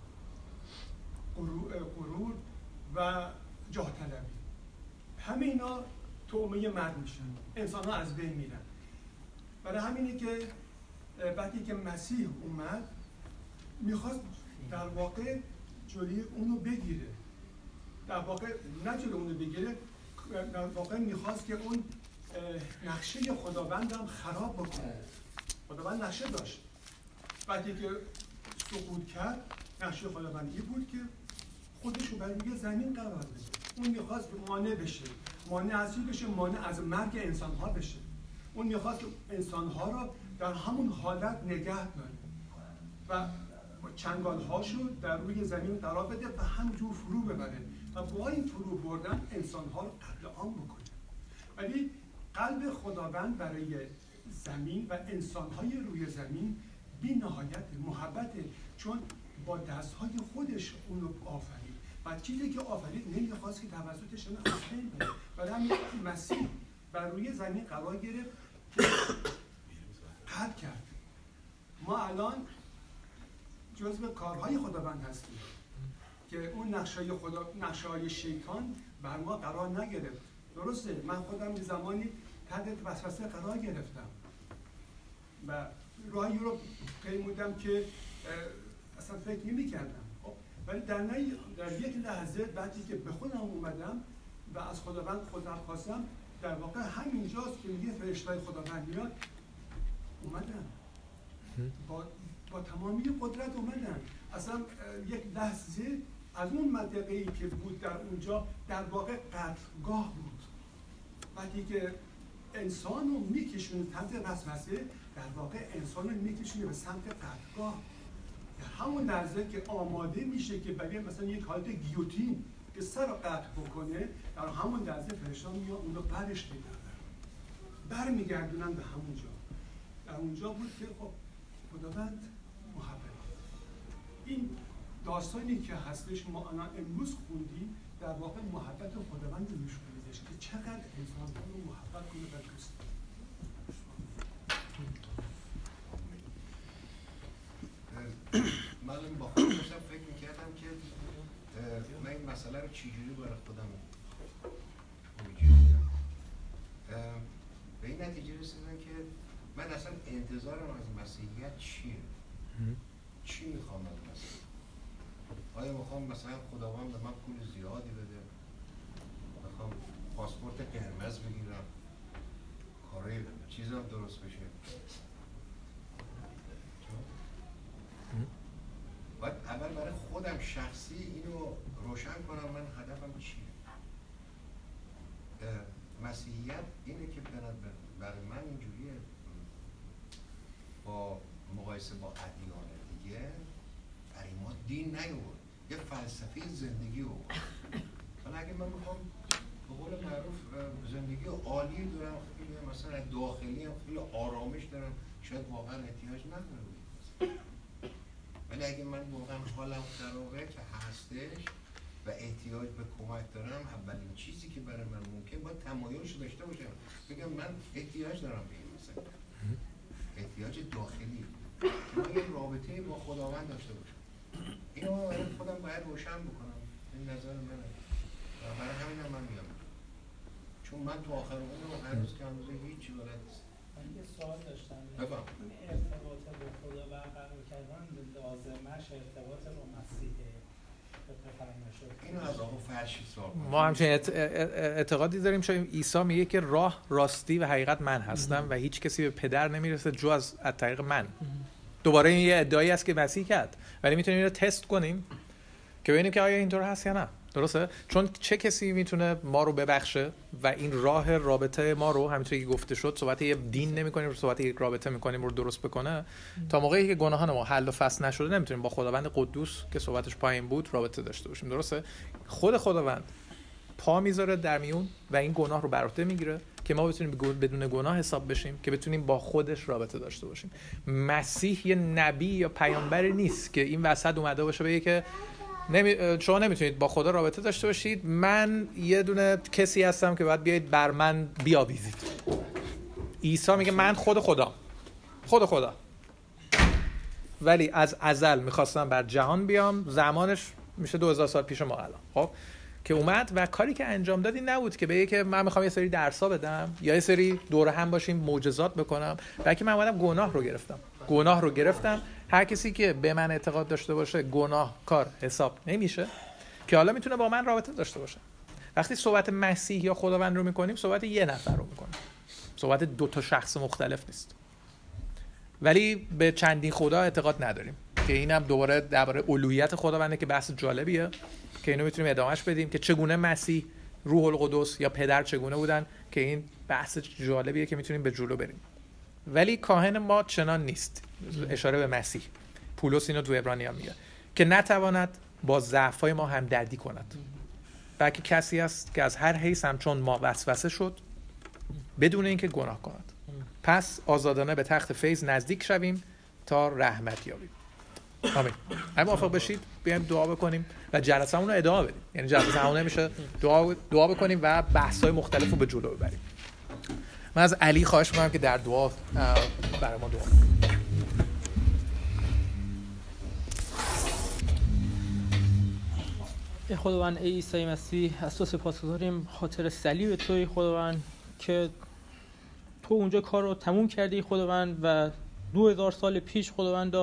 غرور و جاه طلبی. همه اینا طعمه مرد میشن، انسان ها از بین میرن. برای همینه که وقتی که مسیح اومد میخواست در واقع جلوی اونو بگیره، در واقع نه جلوی اونو بگیره، در واقع میخواست که اون نقشه خداوند هم خراب بکنه. خداوند نقشه داشت، وقتی که سقوط کرد نقشه خداوند این بود که خودش رو بر روی زمین قرار بده. اون میخواست که مانع بشه. مانع از چی بشه؟ مانع از مرگ انسان‌ها بشه. اون میخواست که انسان‌ها رو در همون حالت نگه داره و چنگال‌هاشو در روی زمین قرار بده و همجور فرو ببره و با این فرو بردن انسان‌ها رو قتل عام بکنه. ولی قلب خداوند برای زمین و انسان‌های روی زمین بی نهایت محبته، چون با دست‌های خودش اون رو آفرید و چیزی که آفرید نمیخواست که توسطش اون از بین بره. برای همین مسیح بر روی زمین قرار گرفت که قتل کرد. ما الان جزو کارهای خداوند هستیم که اون نقشه‌های شیطان بر ما قرار نگرفت. درسته، من خودم زمانی تحت وسوسه قرار گرفتم و راهی رو پیمودم که اصلا فکر نمی‌کردم. خب ولی در یک لحظه بعدی که به خودم اومدم و از خداوند خودم خواستم، در واقع همینجاست که میگه فرشته‌های خداوند میاد اومدن با تمامی قدرت اومدن. اصلا یک لحظه از اون منطقه‌ای که بود در اونجا در واقع قتلگاه بود. وقتی که انسان رو میکشونه تحت وسوسه، در واقع انسان رو میکشونه به سمت قتلگاه. در همون لحظه که آماده میشه که برای مثلا یک حالت گیوتین که سر رو قطع بکنه، در همون لحظه فرشته‌ها میان اون رو برش می‌دارن، برمیگردونن به همونجا. در اونجا بود که خب خداوند محبت. این داستانی که هستش ما امروز خوندیم در واقع محبت خداوند رو نشون میده که چقدر انسان‌ها رو محبت کنه و دوست داره.
من با خودم داشتم فکر میکردم که من این مسئله رو چجوری برای خودم می‌جوزم. به این نتیجه رسیدم که من اصلا انتظارم از مسیحیت چیه؟ چی میخوام از مسیحیت؟ آیا میخوام مثلا خداوند به من پول زیادی بده؟ میخوام پاسپورت قرمز بگیرم؟ کاری بده، چیزم درست بشه؟ باید اول برای خودم شخصی اینو روشن کنم من هدفم چیه. مسیحیت اینه که برای من اینجوریه، با مقایسه با ادیان دیگه برای ما دین نیورد، یه فلسفه زندگی آورد. حالا اگه من بخوام به قول معروف زندگی عالی دارم، خیلی مثلا داخلی هم خیلی آرامش دارم، شاید واقعا احتیاج ندارم. ولی اگه من واقعا حالم خرابه که هستش و احتیاج به کمک دارم، اولین چیزی که برای من ممکن باید تمایلش داشته باشم بگم من احتیاج دارم به این مثلا احتیاج داخلی که من یه رابطه با خداوند داشته باشم. اینو خودم باید روشن بکنم. این نظر منه و برای همینم من میام، چون من تو آخر عمرم هنوز که هنوز هیچی بلد نیست.
من یه سوال داشتم.
بفهم.
این ارتباط با خدا برقرار کردن لازمش ارتباط با مسیحه.
اینو از آقا فرشی سوال کنم.
ما همچنین اعتقادی داریم چون عیسی میگه که راه، راستی و حقیقت من هستم و هیچ کسی به پدر نمیرسه جو از طریق من. دوباره این یه ادعایی است که مسیح کرد، ولی میتونیم اینو تست کنیم که ببینیم که آیا اینطور هست یا نه. درسته؟ چون چه کسی میتونه ما رو ببخشه و این راه رابطه ما رو همینطوری که گفته شد، صحبت یه دین نمی‌کنیم، صحبت یک رابطه می‌کنیم رو درست بکنه. تا موقعی که گناهان ما حل و فصل نشده نمیتونیم با خداوند قدوس که صحبتش پایین بود رابطه داشته باشیم. درسته؟ خود خداوند پا میذاره در میون و این گناه رو بر عهده میگیره که ما بتونیم بدون گناه حساب بشیم، که بتونیم با خودش رابطه داشته باشیم. مسیح یه نبی یا پیامبری نیست که این وسط اومده باشه بگه که شما نمیتونید با خدا رابطه داشته باشید، من یه دونه کسی هستم که باید بیایید بر من بیاویزید. عیسی میگه من خود خدا، ولی از ازل میخواستم بر جهان بیام، زمانش میشه 2000 سال پیش ما الان. خب که اومد و کاری که انجام دادی نبود که بگه که من میخوام یه سری درسا بدم یا یه سری دور هم باشیم معجزات بکنم، بلکه من اومدم گناه رو گرفتم. هر کسی که به من اعتقاد داشته باشه گناهکار حساب نمیشه که حالا میتونه با من رابطه داشته باشه. وقتی صحبت مسیح یا خداوند رو میکنیم صحبت یه نفر رو میکنیم، صحبت دو تا شخص مختلف نیست. ولی به چندین خدا اعتقاد نداریم. که اینم دوباره درباره الوهیت خداونده که بحث جالبیه که اینو میتونیم ادامهش بدیم که چگونه مسیح روح القدس یا پدر چگونه بودن، که این بحث جالبیه که میتونیم به جلو بریم. ولی کاهن ما چنان نیست، اشاره به مسیح. پولس اینو تو عبرانیان میگه که نتواند با ضعف‌های ما همدردی کند، بلکه کسی است که از هر حیث همچون ما وسوسه شد بدون اینکه گناه کند. پس آزادانه به تخت فیض نزدیک شویم تا رحمت یابیم. آمین. اگه موافق بشید بیایم دعا بکنیم و جلسه‌مون رو ادامه بدیم. یعنی جلسه همون نمیشه، دعا بکنیم و بحث‌های مختلف رو به جلو ببریم. من از علی خواهش می‌کنم که در دعا برای ما دعا کنه.
ای خداوند، ای عیسی مسیح، از تو سپاسگزاریم خاطر صلیب توی خداوند که تو اونجا کار رو تموم کردی خداوند و 2000 سال پیش خداوند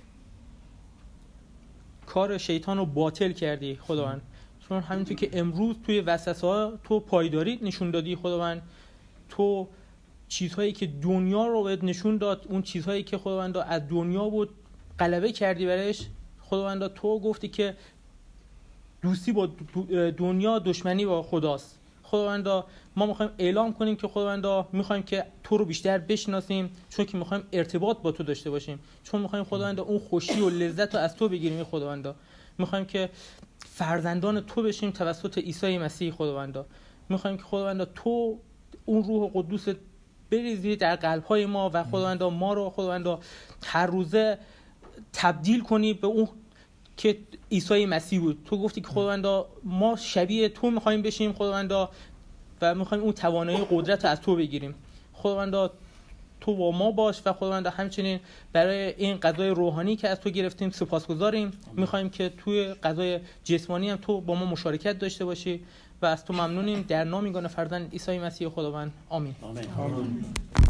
کار شیطان رو باطل کردی خداوند. چون همینطور که امروز توی وسوسه‌ها تو پایداری نشون دادی خداوند، تو چیزهایی که دنیا رو بهت نشون داد، اون چیزهایی که خداوند از دنیا بود غلبه کردی برش خداوند. تو گفتی که دوستی با دنیا دشمنی با خداست خداوند. ما میخوایم اعلام کنیم که خداوند میخوایم که تو رو بیشتر بشناسیم، چون که میخوایم ارتباط با تو داشته باشیم، چون میخوایم خداوند اون خوشی و لذت رو از تو بگیریم خداوند. میخوایم که فرزندان تو بشیم توسط عیسی مسیح خداوند. میخوایم که خداوند تو اون روح قدوس بریزی در قلب‌های ما و خداوند ما رو خداوند هر روزه تبدیل کنی به اون که عیسی مسیح بود. تو گفتی که خداوند ما شبیه تو میخوایم بشیم خداوند و میخوایم اون توانایی قدرت رو از تو بگیریم خداوند. تو با ما باش و خداوند همچنین برای این قضای روحانی که از تو گرفتیم سپاسگزاریم. میخوایم که توی قضای جسمانی هم تو با ما مشارکت داشته باشی و از تو ممنونیم. در نام یگانه فرزند عیسی مسیح خداوند، آمین.